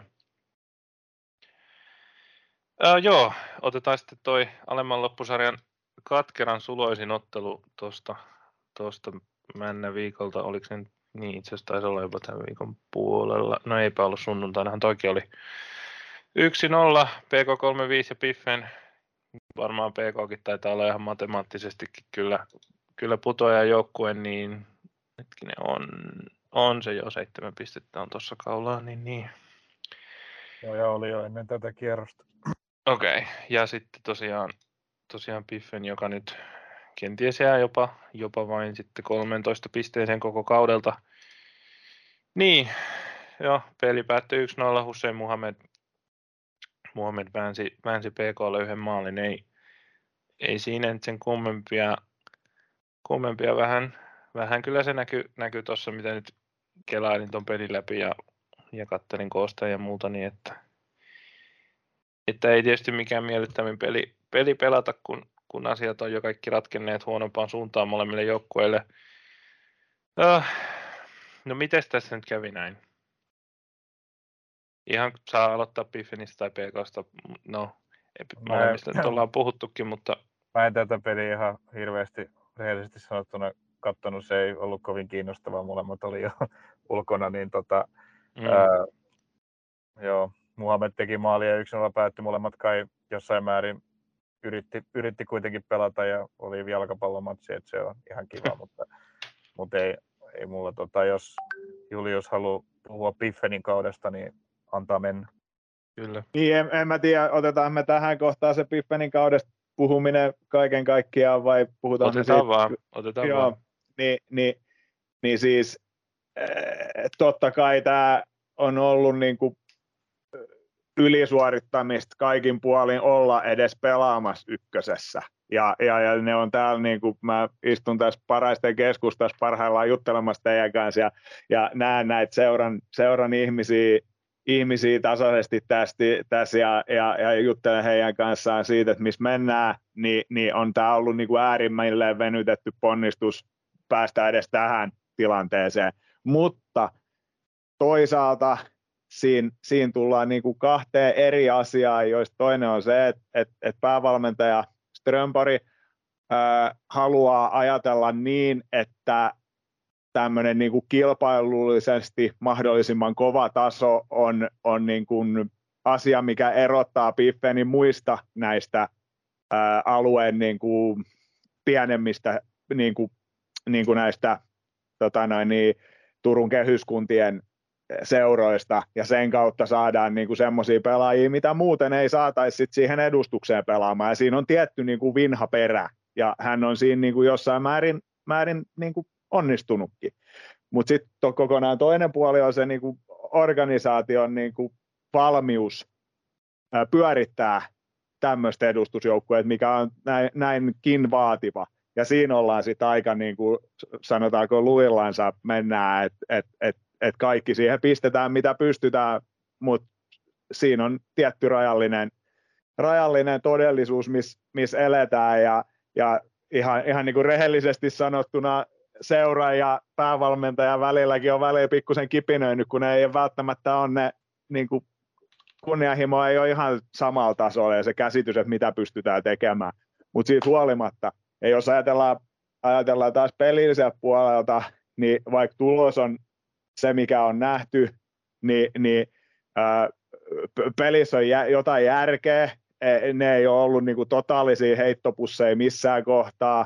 Ää, joo, otetaan sitten toi alemman loppusarjan katkeran suloisin ottelu tuosta tosta männä viikolta, oliko se niin, itse asiassa taisi olla jopa tämän viikon puolella, no eipä ollut sunnuntainahan toikin oli yksi nolla, P K kolmekymmentäviisi ja Piffen, varmaan P K:kin taitaa olla ihan matemaattisestikin kyllä, kyllä putoajan joukkue, niin hetkinen on, on se jo seitsemän pistettä on tuossa kaulaa, niin niin. Joo, ja oli jo ennen tätä kierrosta. Okei, okay. Ja sitten tosiaan, tosiaan Piffen, joka nyt kenties jää jopa, jopa vain sitten kolmetoista pisteeseen koko kaudelta. Niin, joo, peli päättyi yksi nolla, Hussein Muhammed, Muhammed väänsi, väänsi P K:lle yhden maalin, ei, ei siinä nyt sen kummempia, kummempia vähän, vähän kyllä se näkyy näky tuossa, mitä nyt kelailin ton pelin läpi ja, ja kattelin koosta ja muuta, niin että, että ei tietysti mikään miellyttävin peli, peli pelata, kun, kun asiat on jo kaikki ratkenneet huonompaan suuntaan molemmille joukkueille. Uh, no mites tässä nyt kävi näin? Ihan saa aloittaa Biffenistä tai P K:sta. No, molemmista nyt ollaan puhuttukin, mutta... Mä en tätä peliä ihan hirveästi rehellisesti sanottuna katsonut. Se ei ollut kovin kiinnostavaa. Molemmat oli jo ulkona, niin tota... Mm. Ää, joo, Muhammed teki maalia ja yksi nolla päättyi. Molemmat kai jossain määrin yritti, yritti kuitenkin pelata ja oli jalkapallomatsi, että se on ihan kiva, mutta, mutta ei, ei mulla, tota, jos Julius haluaa puhua Biffenin kaudesta, niin antaa mennä. Kyllä. Niin, en, en mä tiedä, otetaan me tähän kohtaan se Biffenin kaudesta puhuminen kaiken kaikkiaan vai puhutaan otetaan siitä? vaan, otetaan joo, vaan. Niin, niin, niin siis äh, totta kai tämä on ollut niin kuin ylisuorittamista kaikin puolin olla edes pelaamassa ykkösessä. Ja, ja, ja ne on täällä, niin kuin mä istun tässä Paraisten keskustassa parhaillaan juttelemassa teidän kanssa ja, ja näen näitä seuran, seuran ihmisiä, ihmisiä tasaisesti tästä, tässä ja, ja, ja juttelen heidän kanssaan siitä, että missä mennään, niin, niin on tämä ollut niin kuin äärimmilleen venytetty ponnistus päästä edes tähän tilanteeseen. Mutta toisaalta Siinä, siinä tullaan niin kuin kahteen eri asiaan, joista toinen on se, että, että, että päävalmentaja Strömberg ää, haluaa ajatella niin, että tämmöinen niin kuin kilpailullisesti mahdollisimman kova taso on, on niin kuin asia, mikä erottaa Biffenin muista näistä ää, alueen niin kuin pienemmistä niin kuin, niin kuin näistä tota noin, niin, Turun kehyskuntien seuroista, ja sen kautta saadaan niinku semmoisia pelaajia, mitä muuten ei saataisi sit siihen edustukseen pelaamaan, ja siinä on tietty niinku vinha perä, ja hän on siinä niinku jossain määrin, määrin niinku onnistunutkin. Mutta sitten kokonaan toinen puoli on se niinku organisaation niinku valmius ää, pyörittää tämmöistä edustusjoukkueet, mikä on näin, näinkin vaativa. Ja siinä ollaan sitten aika, niin kuin sanotaanko luillansa mennään, että et, et, et kaikki siihen pistetään, mitä pystytään, mutta siinä on tietty rajallinen, rajallinen todellisuus, missä mis eletään. Ja, ja ihan, ihan niin kuin rehellisesti sanottuna seura ja päävalmentajan välilläkin on välillä pikkusen kipinöinyt, kun ne ei välttämättä ole ne niin kuin kunnianhimo ei ole ihan samalla tasolla ja se käsitys, että mitä pystytään tekemään. Mutta siitä huolimatta, ja jos ajatellaan, ajatellaan taas pelilliseltä puolelta, niin vaikka tulos on se, mikä on nähty, niin, niin ää, pelissä on jä, jotain järkeä. Ne ei ole ollut niinku totaalisia heittopusseja missään kohtaa,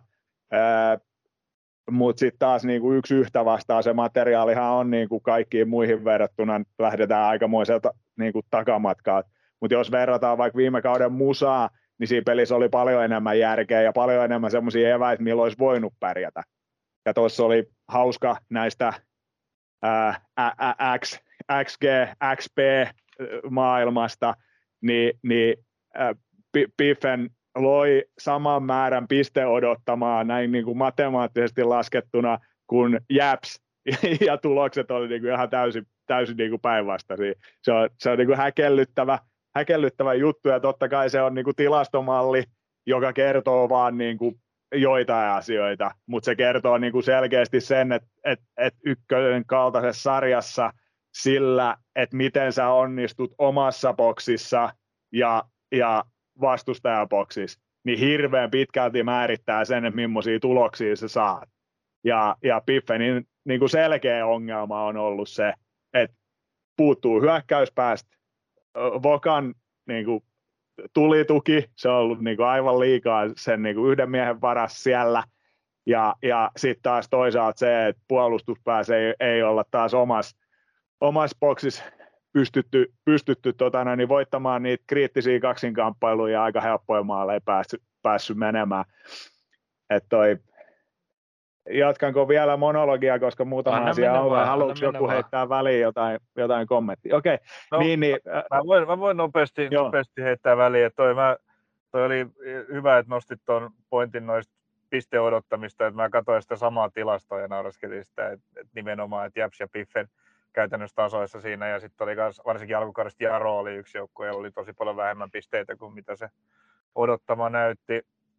mutta sitten taas niinku yksi yhtä vastaan se materiaalihan on niinku kaikkiin muihin verrattuna, lähdetään aikamoiselta niinku takamatkaa. Mutta jos verrataan vaikka viime kauden musaa, niin siinä pelissä oli paljon enemmän järkeä ja paljon enemmän semmoisia eväitä, millä olisi voinut pärjätä. Ja tuossa oli hauska näistä ää, ä, ä, X, X G, X P maailmasta, niin, niin ä, Biffen loi saman määrän piste odottamaan näin niin kuin matemaattisesti laskettuna kuin Japs, ja tulokset oli niin kuin ihan täysin, täysin niin kuin päinvastaisia. Se on, se on niin kuin häkellyttävä, häkellyttävä juttu, ja totta kai se on niin kuin tilastomalli, joka kertoo vaan niin kuin joitain asioita, mutta se kertoo niin kuin selkeästi sen, että et, et ykkönen kaltaisessa sarjassa sillä, että miten sä onnistut omassa boksissa ja, ja vastustajaboksissa, niin hirveän pitkälti määrittää sen, että millaisia tuloksia sä saat. Ja, ja Biffenin niin kuin selkeä ongelma on ollut se, että puuttuu hyökkäyspäästä, Vokan niin kuin tulituki, se on ollut niin kuin aivan liikaa sen niin kuin yhden miehen varassa siellä, ja, ja sitten taas toisaalta se, että puolustuspäässä ei, ei olla taas omassa omas boksissa pystytty, pystytty tota, niin voittamaan niitä kriittisiä kaksinkamppailuja ja aika helppoja maaleja päässyt, päässyt menemään. Et toi, jatkanko vielä monologia, koska muutama anna asia on, vai haluatko joku heittää väliin jotain, jotain kommenttia? Okei, okay. no, niin, niin, mä, voin, mä voin nopeasti, nopeasti heittää väliin. Toi, mä, toi oli hyvä, että nostit tuon pointin noista pisteen odottamista, että mä katsoin sitä samaa tilastoa ja nauraskelin sitä, että, että nimenomaan, että Japs ja Biffen käytännössä tasoissa siinä, ja sitten oli myös, varsinkin alkukaudesta Jaro oli yksi joukkue, jolla oli tosi paljon vähemmän pisteitä kuin mitä se odottama näytti.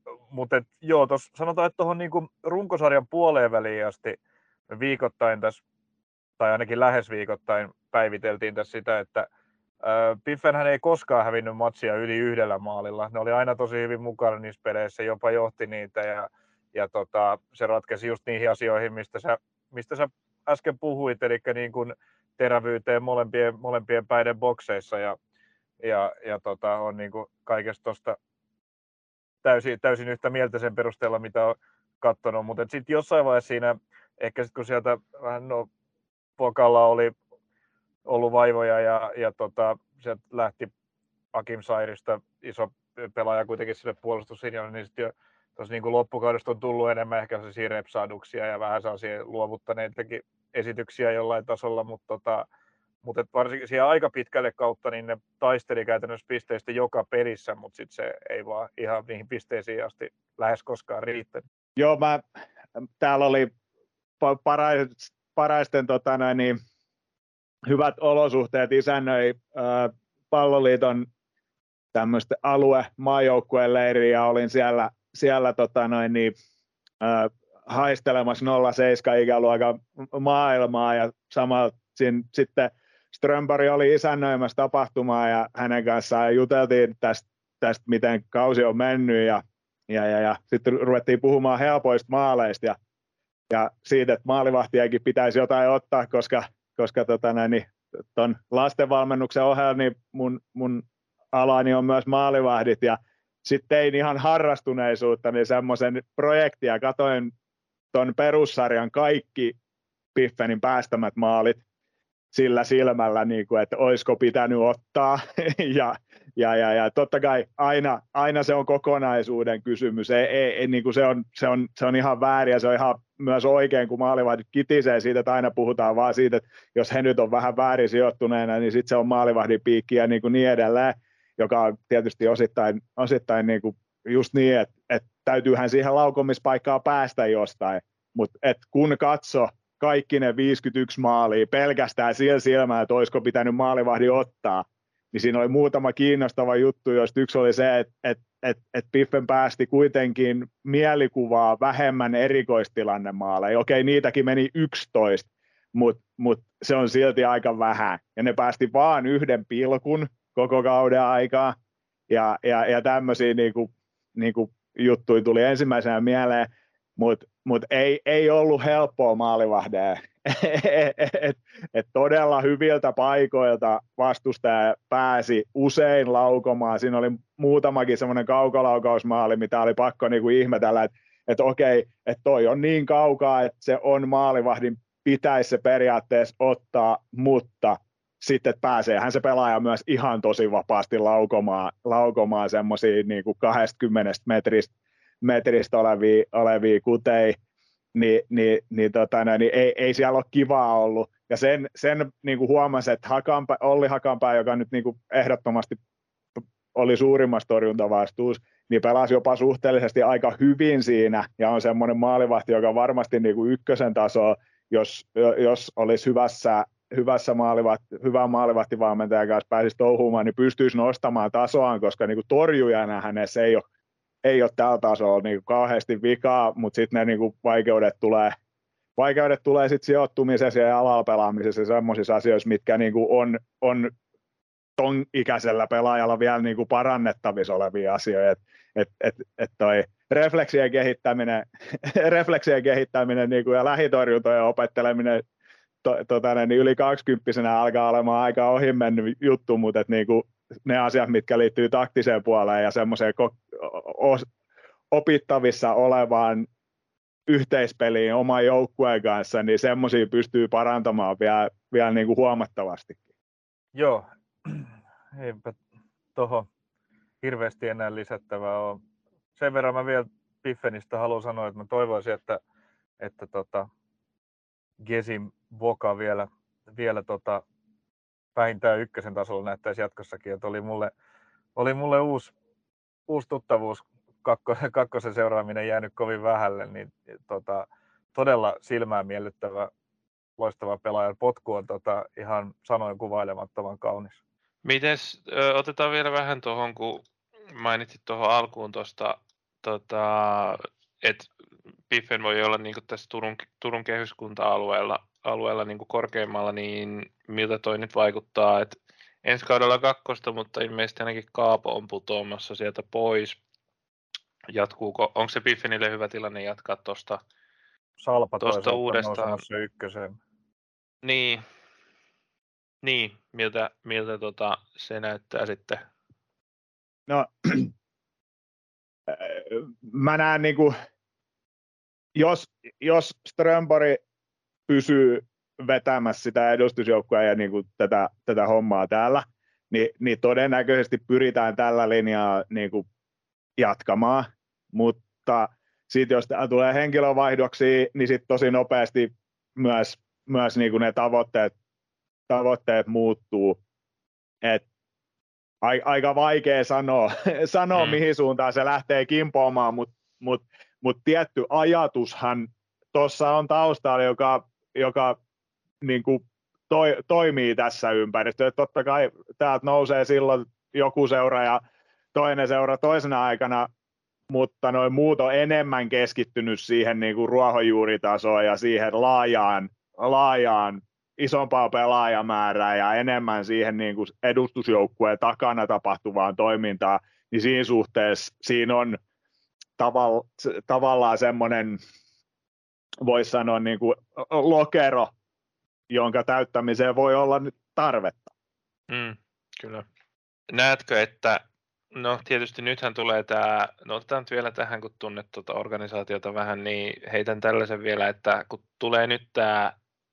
mutta joo, tos, sanotaan, että tuohon niinku runkosarjan puoleen väliin asti me viikoittain tässä, tai ainakin lähes viikoittain päiviteltiin tässä sitä, että Piffenhän ei koskaan hävinnyt matsia yli yhdellä maalilla. Ne oli aina tosi hyvin mukana niissä peleissä, jopa johti niitä ja, ja tota, se ratkesi just niihin asioihin, mistä sä, mistä sä äsken puhuit, eli niin kuin terävyyteen molempien, molempien päiden bokseissa ja, ja, ja tota, on niin kuin kaikesta tuosta täysin, täysin yhtä mieltä sen perusteella, mitä on katsonut, mutta sitten jossain vaiheessa siinä, ehkä sitten kun sieltä vähän no, Pokalla oli ollut vaivoja ja, ja tota, sieltä lähti Akim Sairista iso pelaaja kuitenkin sille puolustuslinjalle, niin sitten tuossa niin loppukaudesta on tullut enemmän ehkä sellaisia repsahduksia ja vähän sellaisia luovuttaneitakin esityksiä jollain tasolla, mutta, tota, mutta varsinkin siihen aika pitkälle kautta niin ne taisteli käytännössä pisteistä joka pelissä, mutta sitten se ei vaan ihan niihin pisteisiin asti lähes koskaan riittänyt. Joo, mä, täällä oli parais, paraisten tota, näin, niin, hyvät olosuhteet isännöi äh, Palloliiton tämmöistä alue maajoukkueen leiriä ja olin siellä, siellä tota, noin, niin, äh, haistelemassa nolla seitsemän ikäluokan maailmaa ja samalla siinä, sitten Strömberg oli isännöimässä tapahtumaa ja hänen kanssaan juteltiin tästä, tästä miten kausi on mennyt ja, ja, ja, ja sitten ruvettiin puhumaan helpoista maaleista ja, ja siitä, että maalivahtiakin pitäisi jotain ottaa, koska koska tota näin, niin ton lastenvalmennuksen ohella niin mun, mun alani on myös maalivahdit ja sitten tein ihan harrastuneisuutta niin semmoisen projektia, katoin ton perussarjan kaikki Piffenin päästämät maalit sillä silmällä, niin kuin, että olisiko pitänyt ottaa ja, ja, ja, ja totta kai aina, aina se on kokonaisuuden kysymys, ei, ei, ei, niin kuin se, on, se, on, se on ihan väärin ja se on ihan myös oikein, kun maalivahdit kitisee siitä, että aina puhutaan vaan siitä, että jos he nyt on vähän väärin sijoittuneena, niin sitten se on maalivahdin piikki ja niin, kuin niin edelleen, joka on tietysti osittain, osittain niin kuin just niin, että, että täytyyhän siihen laukomispaikkaan päästä jostain, mutta kun katso kaikki ne viisikymmentäyksi maalia pelkästään sillä silmällä, että olisiko pitänyt maalivahdin ottaa, niin siinä oli muutama kiinnostava juttu, joista yksi oli se, että, että, että, että Piffen päästi kuitenkin mielikuvaa vähemmän erikoistilannemaaleja. Okei, niitäkin meni yksitoista, mutta mut se on silti aika vähän. Ja ne päästi vaan yhden pilkun koko kauden aikaa. Ja, ja, ja tämmöisiä niinku, niinku juttuja tuli ensimmäisenä mieleen. Mutta mut ei, ei ollut helppoa maalivahdeja. et, et todella hyviltä paikoilta vastustaja pääsi usein laukomaan. Siinä oli muutamakin semmoinen kaukolaukausmaali, mitä oli pakko niinku ihmetellä, että et okei, että toi on niin kaukaa, että se on maalivahdin, pitäisi se periaatteessa ottaa, mutta sitten pääseehän se pelaaja myös ihan tosi vapaasti laukomaan, laukomaan semmoisia niinku kaksikymmentä metristä metristä olevia, olevia kuteja, niin, niin, niin, tota, niin ei, ei siellä ole kivaa ollut. Ja sen, sen niin kuin huomasi, että Hakanpää, Olli Hakanpää, joka nyt niin kuin ehdottomasti oli suurimmassa torjuntavastuussa, niin pelasi jopa suhteellisesti aika hyvin siinä, ja on semmoinen maalivahti, joka varmasti niin kuin ykkösen tasoa, jos, jos olisi hyvässä, hyvässä maalivahti, hyvän maalivahtivalmentajan kanssa pääsisi touhumaan, niin pystyisi nostamaan tasoaan, koska niin kuin torjujana hänessä ei ole ei ole tällä tasolla niin kauheasti vikaa, mutta sitten ne niin kuin vaikeudet tulee, vaikeudet tulee sitten sijoittumisessa ja alalla pelaamisessa ja semmoisissa asioissa, mitkä niin kuin on, on ton ikäisellä pelaajalla vielä niin kuin parannettavissa olevia asioita. Et, et, et, et toi refleksien kehittäminen, refleksien kehittäminen niin kuin ja lähitorjuntojen opetteleminen to, tota, niin yli kaksikymppisenä alkaa olemaan aika ohi mennyt juttu, mutta et, niin kuin ne asiat, mitkä liittyy taktiseen puoleen ja semmoiseen opittavissa olevaan yhteispeliin oman joukkueen kanssa, niin semmoisia pystyy parantamaan vielä, vielä niin kuin huomattavastikin. Joo, eipä tuohon hirveästi enää lisättävää ole. Sen verran mä vielä Piffenistä haluan sanoa, että mä toivoisin, että, että tota Gesim Voka vielä, vielä tota vähintään ykkösen tasolla näyttäisi jatkossakin, että oli mulle, oli mulle uusi, uusi tuttavuus, kakkosen, kakkosen seuraaminen jäänyt kovin vähälle, niin tota, todella silmään miellyttävä, loistava pelaaja. Potku on tota, ihan sanoin kuvailemattoman kaunis. Mites, ö, otetaan vielä vähän tuohon, kun mainitsit tuohon alkuun tuosta tota, että Biffen voi olla niin tässä Turun, Turun kehyskunta-alueella alueella niin korkeimmalla, niin miltä toi nyt vaikuttaa, että ensi kaudella kakkosta, mutta ilmeisesti ainakin Kaapo on putoamassa sieltä pois. Jatkuuko, onko se Biffenille hyvä tilanne jatkaa tuosta Salpa tosta uudestaan? Ykköseen. Niin, niin miltä, miltä tota, se näyttää sitten? No, mä näen niin kuin, jos, jos Strömborg pysyy vetämässä sitä edustusjoukkoa ja niin kuin tätä, tätä hommaa täällä, niin, niin todennäköisesti pyritään tällä linjaa niin kuin jatkamaan, mutta sitten jos tämä tulee henkilövaihdoksi, niin sitten tosi nopeasti myös, myös niin kuin ne tavoitteet, tavoitteet muuttuu. Et aika vaikea sanoa, sanoa mm. mihin suuntaan se lähtee kimpoamaan, mutta mut, mut tietty ajatushan tuossa on taustalla, joka, joka niin kuin toi, toimii tässä ympäristössä. Totta kai täältä nousee silloin joku seura ja toinen seura toisena aikana, mutta noin muut on enemmän keskittynyt siihen niin kuin ruohonjuuritasoon ja siihen laajaan, laajaan isompaa pelaajamäärää ja enemmän siihen niin kuin edustusjoukkueen takana tapahtuvaan toimintaan, niin siinä suhteessa siinä on tavalla, tavallaan semmoinen, voisi sanoa, niin kuin lokero, jonka täyttämiseen voi olla nyt tarvetta. Mm, kyllä. Näetkö, että no tietysti nythän tulee tämä, no otetaan nyt vielä tähän, kun tunnet tuota organisaatiota vähän, niin heitän tällaisen vielä, että kun tulee nyt tämä,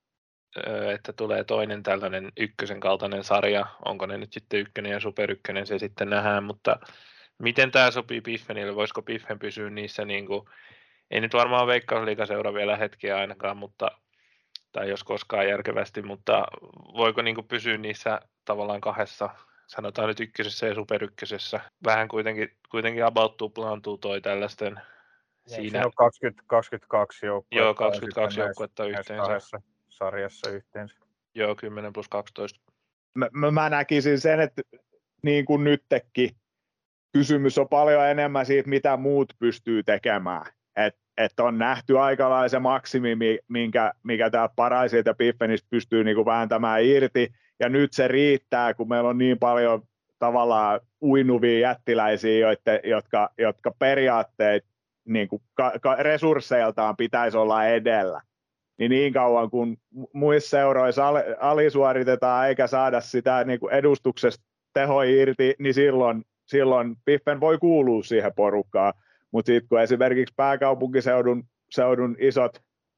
että tulee toinen tällainen ykkösen kaltainen sarja, onko ne nyt sitten ykkönen ja superykkönen, se sitten nähdään, mutta miten tämä sopii Biffenille, voisiko Biffen pysyä niissä, niin kuin, ei nyt varmaan Veikkausliigaseura vielä hetkeä ainakaan, mutta, tai jos koskaan järkevästi, mutta voiko niin kuin pysyä niissä tavallaan kahdessa, sanotaan nyt ykkösessä ja superykkösessä, vähän kuitenkin, kuitenkin about tuplaantuu toi tällaisten siinä. Siinä on kaksikymmentä, kaksikymmentäkaksi joukkuetta. Joo, kaksikymmentäkaksi joukkuetta yhteensä. Kahdessa sarjassa yhteensä. Joo, kymmenen plus kaksitoista. Mä, mä, mä näkisin sen, että niin kuin nytkin, kysymys on paljon enemmän siitä, mitä muut pystyy tekemään. Että et on nähty aikalainen se maksimi, minkä, mikä tää Paraisilta ja Biffenistä pystyy niinku vääntämään irti. Ja nyt se riittää, kun meillä on niin paljon tavallaan uinuvia jättiläisiä, joiden, jotka, jotka periaatteet niinku, ka, ka, resursseiltaan pitäisi olla edellä. Niin niin kauan kun muissa seuroissa al, alisuoritetaan eikä saada sitä niinku edustuksesta tehoa irti, niin silloin, silloin Biffen voi kuulua siihen porukkaan. Mutta sitten kun esimerkiksi pääkaupunkiseudun seudun isot,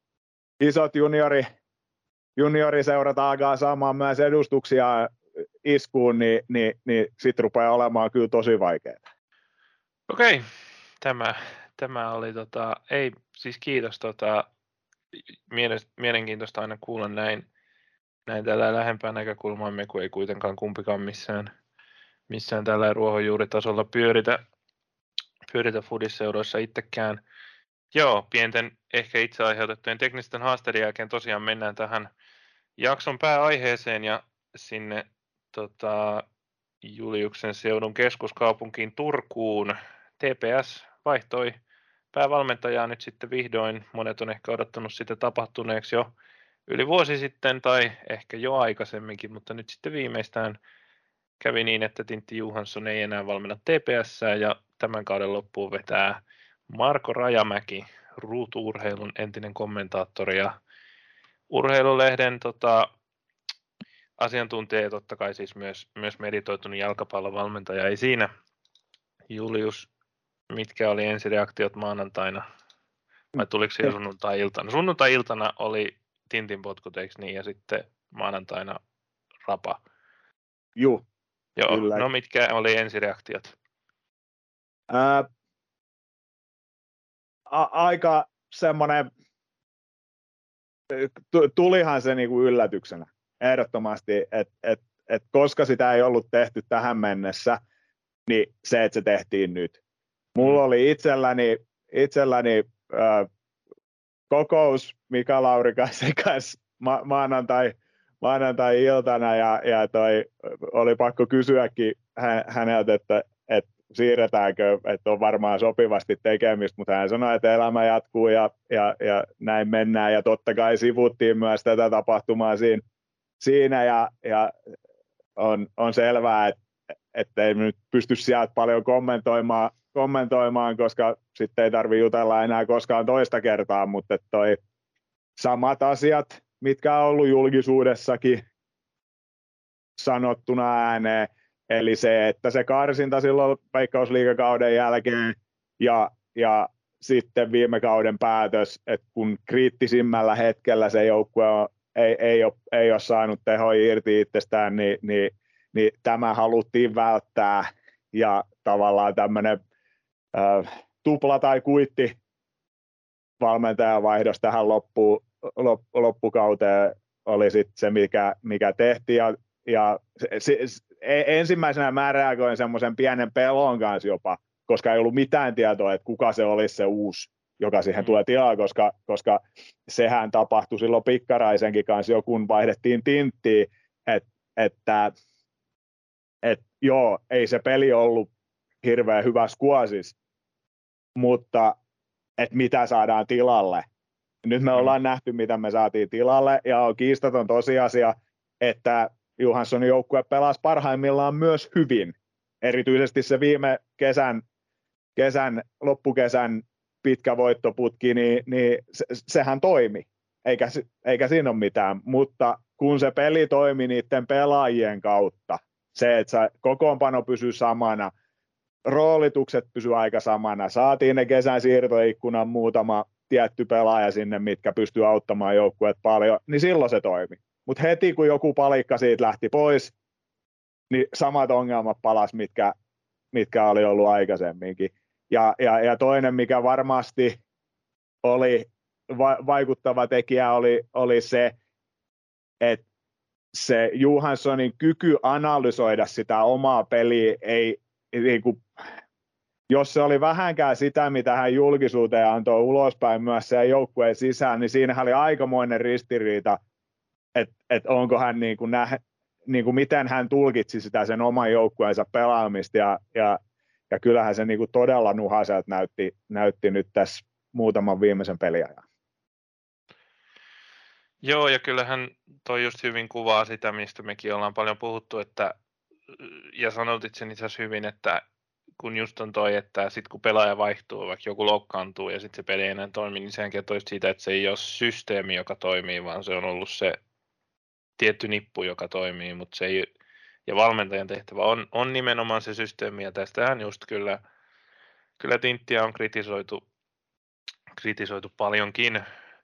isot juniori, junioriseurat alkaa saamaan myös edustuksia iskuun, niin, niin, niin sitten rupeaa olemaan kyllä tosi vaikeaa. Okei, tämä, tämä oli, tota, ei, siis kiitos, tota, mielenkiintoista aina kuulla näin, näin tällä lähempää näkökulmaamme, kun ei kuitenkaan kumpikaan missään, missään tällä ruohonjuuritasolla pyöritä. pyöritä fudisseuroissa itsekään. Joo, pienten ehkä itse aiheutettujen teknisten haasteiden jälkeen tosiaan mennään tähän jakson pääaiheeseen ja sinne tota, Juliuksen seudun keskuskaupunkiin Turkuun. T P S vaihtoi päävalmentajaa nyt sitten vihdoin. Monet on ehkä odottanut sitä tapahtuneeksi jo yli vuosi sitten tai ehkä jo aikaisemminkin, mutta nyt sitten viimeistään kävi niin, että Tintti Johansson ei enää valmenna T P S:ää ja tämän kauden loppuun vetää Marko Rajamäki, Ruutu-urheilun entinen kommentaattori ja urheilulehden tota, asiantuntija ja totta kai siis myös, myös meditoitunut jalkapallovalmentaja. Ei siinä. Julius, mitkä oli ensireaktiot maanantaina? Vai tuliko se jo sunnuntai-iltana? Sunnuntai-iltana oli Tintin potkut, eikö niin? Ja sitten maanantaina rapa. Joo. Joo, kyllä. No mitkä oli ensireaktiot? Ää, a- aika semmoinen, tulihan se niinku yllätyksenä ehdottomasti, että et, et koska sitä ei ollut tehty tähän mennessä, niin se, että se tehtiin nyt. Mulla oli itselläni, itselläni ää, kokous Mika Laurikaisen kanssa ma- maanantai, maanantai-iltana ja, ja toi, oli pakko kysyäkin häneltä, että et, siirretäänkö, että on varmaan sopivasti tekemistä, mutta hän sanoi, että elämä jatkuu ja, ja, ja näin mennään, ja totta kai sivuttiin myös tätä tapahtumaa siinä, siinä ja, ja on, on selvää, että että ei nyt pysty sieltä paljon kommentoimaan, kommentoimaan koska sitten ei tarvitse jutella enää koskaan toista kertaa, mutta toi samat asiat, mitkä on ollut julkisuudessakin sanottuna ääneen, eli se, että se karsinta silloin Veikkausliigakauden jälkeen ja, ja sitten viime kauden päätös, että kun kriittisimmällä hetkellä se joukkue on, ei, ei, ole, ei ole saanut tehoja irti itsestään, niin, niin niin tämä haluttiin välttää, ja tavallaan tämmöinen äh, tupla tai kuitti valmentajavaihdos tähän loppu, lop, loppukauteen oli sitten se, mikä, mikä tehtiin, ja, ja se, se, ensimmäisenä mä reagoin semmoisen pienen pelon kanssa jopa, koska ei ollut mitään tietoa, että kuka se olisi se uusi, joka siihen tulee tilaa, koska, koska sehän tapahtui silloin Pikkaraisenkin kanssa, jo kun vaihdettiin tinttiin, että, että että joo, ei se peli ollut hirveän hyvä skuosis, mutta että mitä saadaan tilalle. Nyt me ollaan nähty, mitä me saatiin tilalle, ja on kiistaton tosiasia, että Johanssonin joukkue pelasi parhaimmillaan myös hyvin. Erityisesti se viime kesän, kesän loppukesän pitkä voittoputki, niin, niin se, sehän toimi, eikä, eikä siinä ole mitään, mutta kun se peli toimi niiden pelaajien kautta, se, että kokoonpano pysyy samana, roolitukset pysyy aika samana, saatiin ne kesän siirtoikkunan muutama tietty pelaaja sinne, mitkä pystyy auttamaan joukkueet paljon, niin silloin se toimi. Mutta heti kun joku palikka siitä lähti pois, niin samat ongelmat palas, mitkä, mitkä oli ollut aikaisemminkin. Ja, ja, ja toinen, mikä varmasti oli va- vaikuttava tekijä, oli, oli se, että se Johanssonin kyky analysoida sitä omaa peliä, ei, niin kuin, jos se oli vähänkään sitä, mitä hän julkisuuteen antoi ulospäin myös sen joukkueen sisään, niin siinä oli aikamoinen ristiriita, että et onko hän niin kuin näh, niin kuin miten hän tulkitsi sitä sen oman joukkueensa pelaamista, ja, ja, ja kyllähän se niin kuin todella nuhaselta näytti, näytti nyt tässä muutaman viimeisen peliajan. Joo, ja kyllähän toi just hyvin kuvaa sitä, mistä mekin ollaan paljon puhuttu, että, ja sanotit sen itse asiassa hyvin, että kun just on toi, että sitten kun pelaaja vaihtuu, vaikka joku loukkaantuu ja sitten se peli ei enää toimi, niin sehän kertoo siitä, että se ei ole systeemi, joka toimii, vaan se on ollut se tietty nippu, joka toimii, mutta se ei, ja valmentajan tehtävä on, on nimenomaan se systeemi, ja tästähän just kyllä, kyllä Tinttiä on kritisoitu, kritisoitu paljonkin.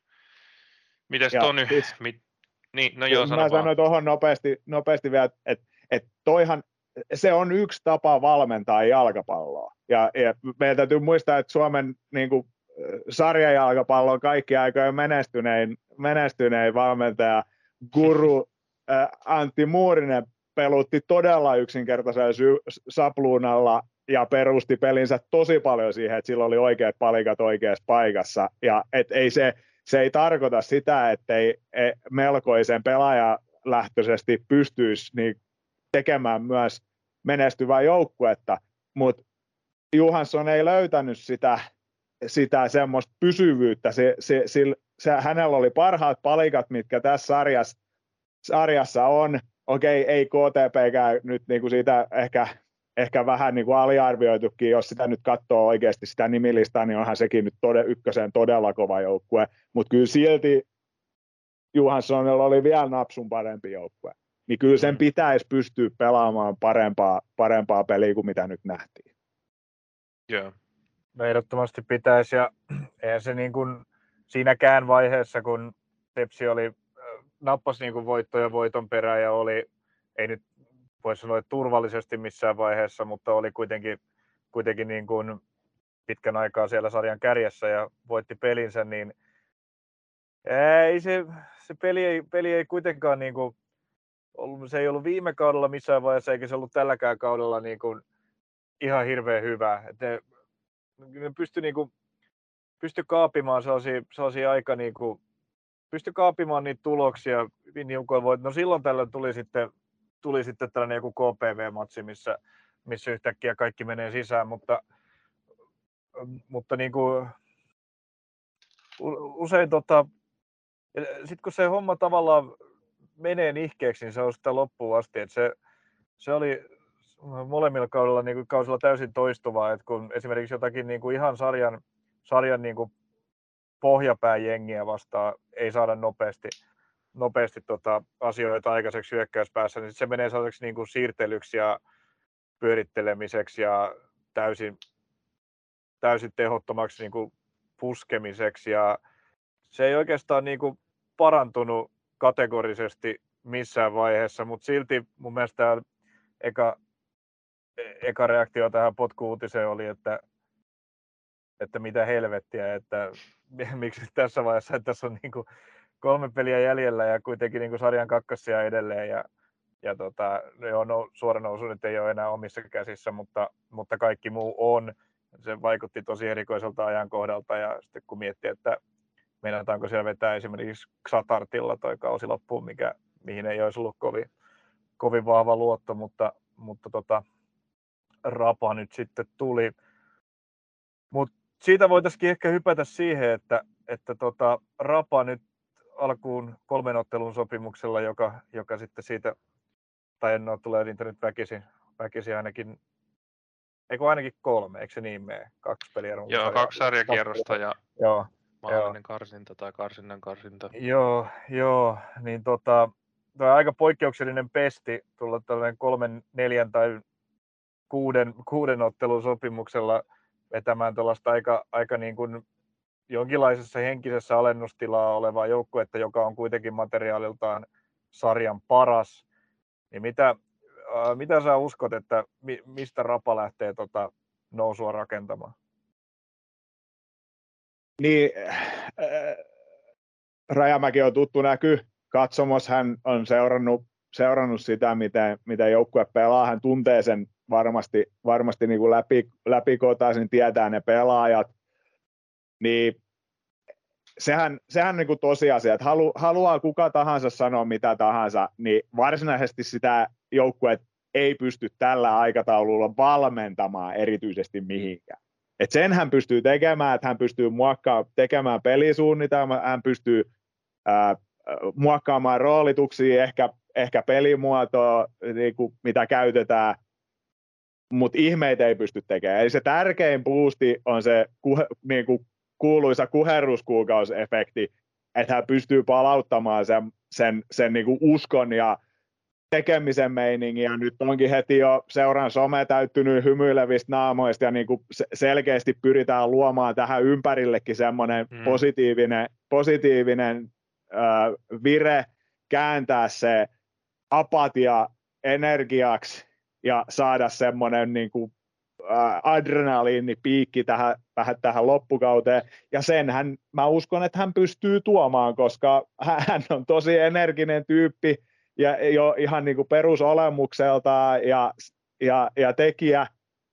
Mitäs Tony? Siis, Mit, niin, no joo, mä sanoin tuohon nopeasti, nopeasti vielä, että et toihan, se on yksi tapa valmentaa jalkapalloa. Ja, ja meidän täytyy muistaa, että Suomen niin kuin, sarjajalkapallo on kaikki aikojen menestynein, menestynein valmentaja. Guru äh, Antti Muurinen pelutti todella yksinkertaisella sy- sapluunalla ja perusti pelinsä tosi paljon siihen, että sillä oli oikeat palikat oikeassa paikassa. Ja et ei se, se ei tarkoita sitä, että ei melkoisen pelaajalähtöisesti pystyisi niin tekemään myös menestyvää joukkuetta, mutta Johansson ei löytänyt sitä, sitä semmoista pysyvyyttä. Se, se, se, se, hänellä oli parhaat palikat, mitkä tässä sarjassa, sarjassa on. Okei, ei K T P:kään nyt niinku siitä ehkä, ehkä vähän niinku aliarvioitukin, jos sitä nyt katsoo oikeasti sitä nimilistaa, niin onhan sekin nyt tode, ykkösen todella kova joukkue, mutta kyllä silti Johanssonilla oli vielä napsun parempi joukkue. Niin kyllä sen pitäisi pystyä pelaamaan parempaa, parempaa peliä kuin mitä nyt nähtiin. Joo. No ehdottomasti pitäisi, ja eihän se niin kuin siinäkään vaiheessa, kun Tepsi oli, nappasi niin kuin voittoja voiton perään ja oli, ei nyt voi sanoa, että turvallisesti missään vaiheessa, mutta oli kuitenkin, kuitenkin niin kuin pitkän aikaa siellä sarjan kärjessä ja voitti pelinsä, niin ei se, se peli, ei, peli ei kuitenkaan niin kuin ollut, se ei ollut viime kaudella missään vaiheessa, eikä se ollut tälläkään kaudella niin kuin ihan hirveän hyvä. Et ne, ne pystyi niin kuin, pysty kaapimaan sellaisia, sellaisia aika niin kuin, pysty kaapimaan niitä tuloksia niukoin voit. No silloin tällöin tuli sitten, tuli sitten tällainen joku K P V-matsi, missä, missä yhtäkkiä kaikki menee sisään, mutta, mutta niin kuin, usein tota, sitten kun se homma tavallaan menee nihkeeksi, niin se on sitä loppuun asti, että se, se oli molemmilla kaudella, niin kuin kausilla täysin toistuvaa, että kun esimerkiksi jotakin niin kuin ihan sarjan, sarjan niin kuin pohjapääjengiä vastaan ei saada nopeasti, nopeasti tota asioita aikaiseksi hyökkäyspäässä, niin se menee sellaiseksi niin kuin siirtelyksi ja pyörittelemiseksi ja täysin, täysin tehottomaksi niin kuin puskemiseksi. Ja se ei oikeastaan niin kuin parantunut kategorisesti missään vaiheessa, mutta silti mun mielestä eka, eka reaktio tähän potku-uutiseen oli, että, että mitä helvettiä, että miksi tässä vaiheessa, että tässä on niin kuin kolme peliä jäljellä ja kuitenkin niin kuin sarjan kakkosia edelleen ja, ja tota, joo, no, suora nousu nyt ei ole enää omissa käsissä, mutta, mutta kaikki muu on. Se vaikutti tosi erikoiselta ajankohdalta ja sitten kun miettii, että meinataanko siellä vetää esimerkiksi Xatartilla toi kausi loppuun, mikä, mihin ei olisi ollut kovin, kovin vahva luotto, mutta, mutta tota, Rapa nyt sitten tuli. Mut siitä voitaisiin ehkä hypätä siihen, että, että tota, Rapa nyt alkuun kolmen ottelun sopimuksella, joka, joka sitten siitä, tai en ole, tulee niitä nyt väkisin, väkisin ainakin, eikö ainakin kolme, eikö se niin mene? Kaksi peliä runkosarjaa. Joo, kaksi sarjakierrosta ja joo, mahdollinen joo. karsinta tai karsinnan karsinta. Joo, joo, niin tota, toi on aika poikkeuksellinen pesti tulla tällainen kolmen, neljän tai kuuden, kuuden ottelun sopimuksella vetämään tuollaista aika, aika niin kuin jonkinlaisessa henkisessä alennustilaa olevaa joukkuetta, joka on kuitenkin materiaaliltaan sarjan paras. Niin mitä, äh, mitä sä uskot, että mi, mistä Rapa lähtee tota nousua rakentamaan? Niin, äh, Rajamäki on tuttu näky. Katsomus hän on seurannut, seurannut sitä, miten, miten joukkue pelaa. Hän tuntee sen varmasti, varmasti niin kuin läpi, läpikotaisin, tietää ne pelaajat. Niin sehän, sehän niin kuin tosiasia, että halu, haluaa kuka tahansa sanoa mitä tahansa, niin varsinaisesti sitä joukkuet ei pysty tällä aikataululla valmentamaan erityisesti mihinkään. Et sen hän pystyy tekemään, että hän pystyy muokkaamaan, tekemään pelisuunnitelmaa, hän pystyy ää, muokkaamaan roolituksia, ehkä, ehkä pelimuotoa, niin kuin mitä käytetään, mutta ihmeitä ei pysty tekemään. Eli se tärkein boosti on se niin kuin kuuluisa kuherruskuukausefekti, että hän pystyy palauttamaan sen, sen, sen niin kuin uskon ja tekemisen meiningin, ja nyt onkin heti jo seuran some täyttynyt hymyilevistä naamoista, ja niin kuin selkeästi pyritään luomaan tähän ympärillekin semmoinen mm. positiivinen, positiivinen äh, vire, kääntää se apatia energiaksi, ja saada semmoinen niin kuin adrenaliinipiikki tähän, tähän loppukauteen, ja senhän mä uskon, että hän pystyy tuomaan, koska hän on tosi energinen tyyppi, ja jo ihan niin kuin perusolemukseltaan, ja, ja, ja tekijä,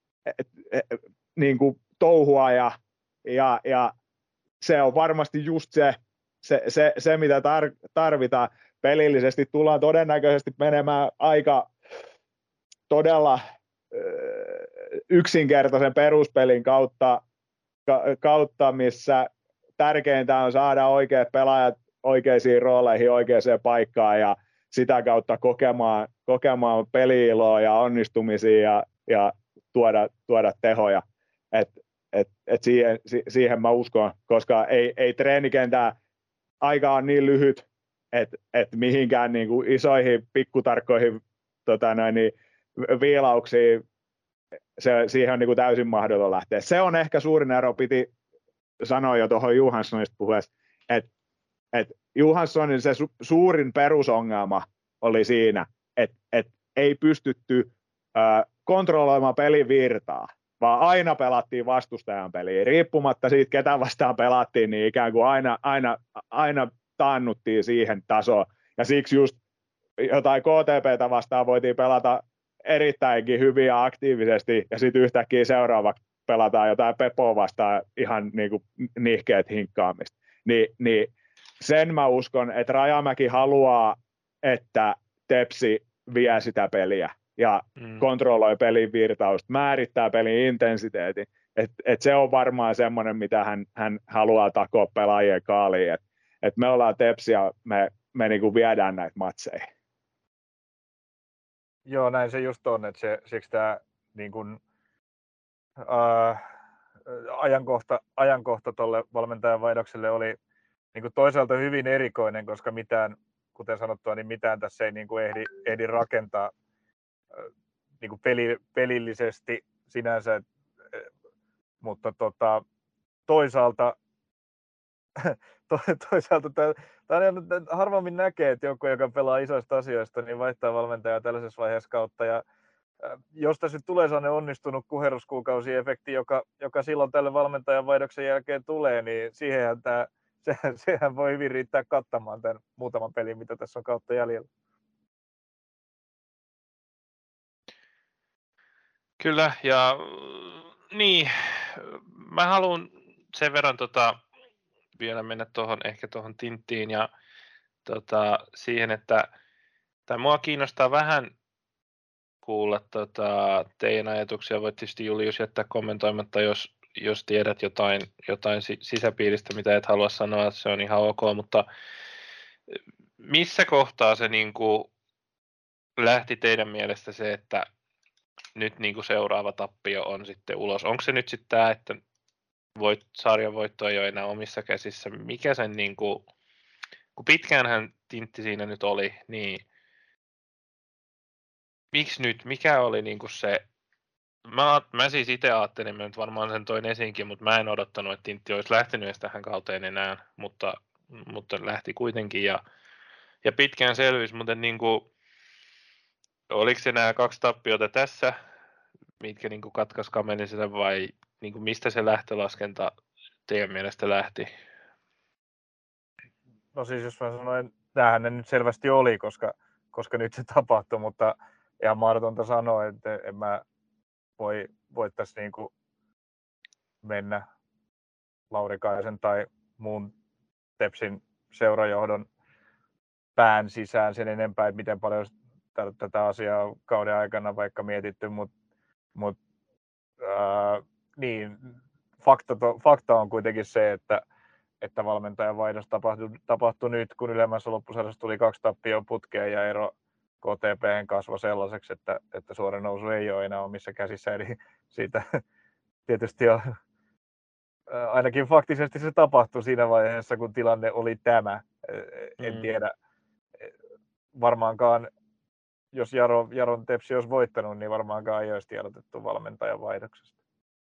niin kuin touhuaja, ja, ja se on varmasti just se, se, se, se mitä tar, tarvitaan. Pelillisesti tullaan todennäköisesti menemään aika todella yksinkertaisen peruspelin kautta, kautta, missä tärkeintä on saada oikeat pelaajat oikeisiin rooleihin, oikeaan paikkaan ja sitä kautta kokemaan, kokemaan peli-iloa ja onnistumisia ja, ja tuoda, tuoda tehoja. Et, et, et siihen, siihen mä uskon, koska ei, ei treenikentää aika on niin lyhyt, että et mihinkään niinku isoihin pikkutarkkoihin tota noin, niin viilauksiin se, siihen on niin kuin täysin mahdoton lähteä. Se on ehkä suurin ero, piti sanoa jo tuohon Johanssonista puheessa, että et Johanssonin se su, suurin perusongelma oli siinä, että et ei pystytty ö, kontrolloimaan pelin virtaa, vaan aina pelattiin vastustajan peliä. Riippumatta siitä, ketä vastaan pelattiin, niin ikään kuin aina, aina, aina taannuttiin siihen tasoon. Ja siksi just jotain K T P:tä vastaan voitiin pelata erittäinkin hyvin ja aktiivisesti, ja sitten yhtäkkiä seuraavaksi pelataan jotain Pepoa vastaan ihan niin kuin nihkeet hinkkaamista. Ni, niin sen mä uskon, että Rajamäki haluaa, että Tepsi vie sitä peliä. ja mm. kontrolloi pelin virtausta, määrittää pelin intensiteetin. Et, et se on varmaan semmoinen, mitä hän, hän haluaa takoa pelaajien kaaliin, että et me ollaan Teps ja me, me niinku viedään näitä matseja. Joo, näin se just on, että se, siksi tämä niin kun, äh, ajankohta, ajankohta tuolle valmentajan vaihdokselle oli niin kun toisaalta hyvin erikoinen, koska mitään, kuten sanottua, niin mitään tässä ei niin kun ehdi, ehdi rakentaa äh, niin kun peli, pelillisesti sinänsä, mutta tota, toisaalta to, toisaalta tämä, tämä on, harvemmin näkee, että joku, joka pelaa isoista asioista, niin vaihtaa valmentajaa tällaisessa vaiheessa kautta. Ja, äh, jos tässä nyt tulee sellainen onnistunut kuheruskuukausi-efekti, joka, joka silloin tälle valmentajan vaihdoksen jälkeen tulee, niin siihenhän tämä, sehän, sehän voi hyvin riittää kattamaan tämän muutaman pelin, mitä tässä on kautta jäljellä. Kyllä, ja niin, mä haluan sen verran tota, vielä mennä tuohon ehkä tuohon Tinttiin ja tota, siihen, että tai mua kiinnostaa vähän kuulla tota, teidän ajatuksia. Voit tietysti Julius jättää kommentoimatta, jos, jos tiedät jotain, jotain sisäpiiristä, mitä et halua sanoa, se on ihan ok, mutta missä kohtaa se niin kuin lähti teidän mielestä se, että nyt niin kuin seuraava tappio on sitten ulos? Onko se nyt sitten tämä, että voit, sarjan voitto ei ole enää omissa käsissä? Mikä sen, niin kuin, kun pitkäänhän Tintti siinä nyt oli, niin miksi nyt? Mikä oli niin kuin se? Mä, mä siis itse ajattelin, mä nyt varmaan sen toin esiinkin, mutta mä en odottanut, että Tintti olisi lähtenyt edes tähän kauteen enää, mutta, mutta lähti kuitenkin ja, ja pitkään selvisi, mutta niin kuin, oliko se nämä kaksi tappiota tässä, mitkä niin kuin katkaisi Kameliselle vai niin kuin mistä se lähtölaskenta teidän mielestä lähti? No siis jos mä sanoin, tämähän ne nyt selvästi oli, koska, koska nyt se tapahtui, mutta ihan mahdotonta sanoa, että en mä voi, voi tässä niin kuin mennä Lauri Kaisen tai muun Tepsin seurajohdon pään sisään sen enempää, että miten paljon tätä asiaa on kauden aikana vaikka mietitty, mutta mut, äh, niin, fakta, to, fakta on kuitenkin se, että, että valmentajan vaihdos tapahtui, tapahtui nyt, kun ylemmässä loppusarjassa tuli kaksi tappioon putkeen ja ero K T P:hen kasvoi sellaiseksi, että, että suora nousu ei ole enää omissa käsissä, eli siitä tietysti on, ainakin faktisesti se tapahtui siinä vaiheessa, kun tilanne oli tämä. En Mm. tiedä, varmaankaan, jos Jaro, Jaron Tepsi olisi voittanut, niin varmaankaan ei olisi tiedotettu valmentajan vaihdoksesta.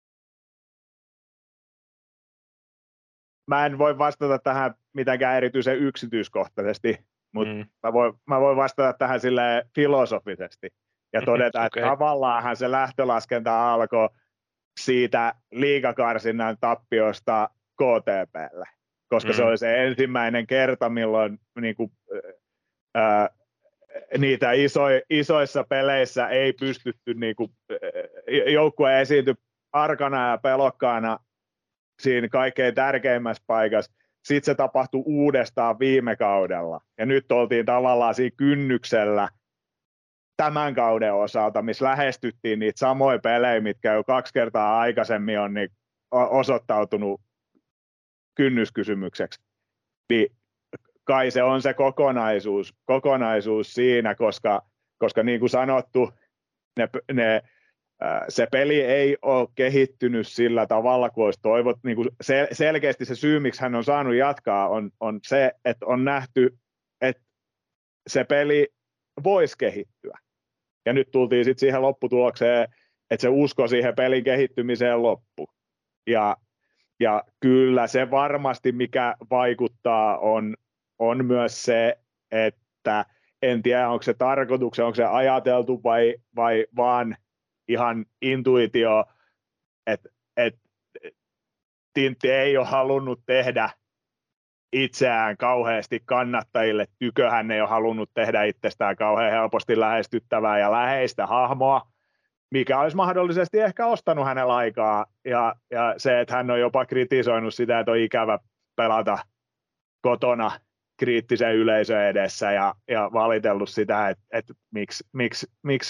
Mä en voi vastata tähän mitenkään erityisen yksityiskohtaisesti, mutta mm. mä, voin, mä voin vastata tähän silleen filosofisesti ja todeta, okay. että tavallaanhan se lähtölaskenta alkoi siitä liigakarsinnan tappiosta K T P:lle, koska mm. se oli se ensimmäinen kerta, milloin niin kuin, ää, niitä iso, isoissa peleissä ei pystytty, niin kuin, joukkue esiintyi arkana ja pelokkaana siinä kaikkein tärkeimmässä paikassa. Sitten se tapahtui uudestaan viime kaudella. Ja nyt oltiin tavallaan siinä kynnyksellä tämän kauden osalta, missä lähestyttiin niitä samoja pelejä, mitkä jo kaksi kertaa aikaisemmin on niin osoittautunut kynnyskysymykseksi. Niin kai se on se kokonaisuus, kokonaisuus siinä, koska, koska niin kuin sanottu, ne, ne, se peli ei ole kehittynyt sillä tavalla, kuin olisi toivottu. Niin kuin sel, selkeästi se syy, miksi hän on saanut jatkaa, on, on se, että on nähty, että se peli voisi kehittyä. Ja nyt tultiin sitten siihen lopputulokseen, että se usko siihen pelin kehittymiseen loppu. Ja, ja kyllä se varmasti, mikä vaikuttaa, on, on myös se, että en tiedä, onko se tarkoituksen, onko se ajateltu vai, vai vaan ihan intuitio, että et, Tintti ei ole halunnut tehdä itseään kauheasti kannattajille tykö, hän ei ole halunnut tehdä itsestään kauhean helposti lähestyttävää ja läheistä hahmoa, mikä olisi mahdollisesti ehkä ostanut hänellä aikaa, ja, ja se, että hän on jopa kritisoinut sitä, että on ikävä pelata kotona kriittisen yleisön edessä ja, ja valitellut sitä, että, että miksi, miksi, miksi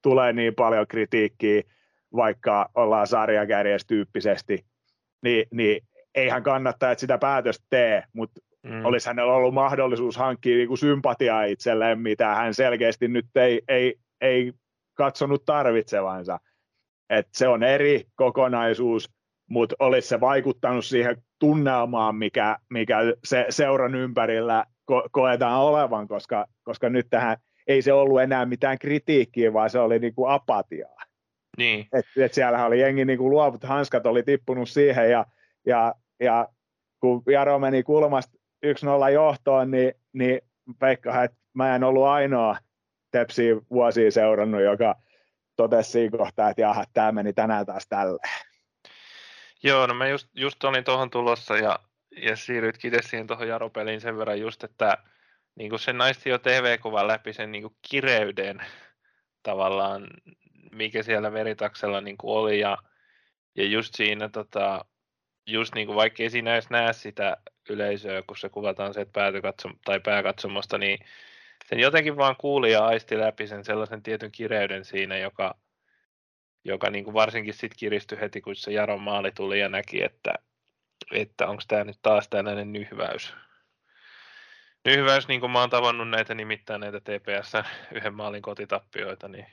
tulee niin paljon kritiikkiä, vaikka ollaan sarjakärjessä tyyppisesti, niin, niin eihän kannattaa, että sitä päätöstä tee, mutta mm. olisi hänellä ollut mahdollisuus hankkia niinku sympatiaa itselleen, mitä hän selkeästi nyt ei, ei, ei katsonut tarvitsevansa. Et se on eri kokonaisuus, mutta olisi se vaikuttanut siihen tunnelmaan, mikä, mikä se seuran ympärillä ko- koetaan olevan, koska, koska nyt tähän ei se ollut enää mitään kritiikkiä, vaan se oli niinku apatiaa. Niin. Et, et siellähän oli jengi niinku luovut hanskat oli tippunut siihen, ja, ja, ja kun Jaro meni kulmasta yksi nolla johtoon, niin, niin veikkaan, että mä en ollut ainoa Tepsiä vuosia seurannut, joka totesi siinä kohtaa, että jaha, tämä meni tänään taas tälleen. Joo, no mä just, just olin tuohon tulossa ja, ja siirrytkin itse siihen tuohon Jaro-peliin sen verran just, että niin kuin se naisti jo T V-kuvan läpi sen niin kuin kireyden tavallaan, mikä siellä Veritaksella niin kuin oli ja, ja just siinä tota, just niin kuin vaikka ei siinä edes näe sitä yleisöä, kun se kuvataan se päätökatsom- tai pääkatsomosta, niin sen jotenkin vaan kuuli ja aisti läpi sen sellaisen tietyn kireyden siinä, joka, joka niin kuin varsinkin sit kiristyi heti, kun se Jaron maali tuli ja näki, että, että onko tämä nyt taas tällainen nyhväys. Nyhväys, niin kuin mä oon tavannut näitä nimittäin näitä T P S yhden maalin kotitappioita. Niin...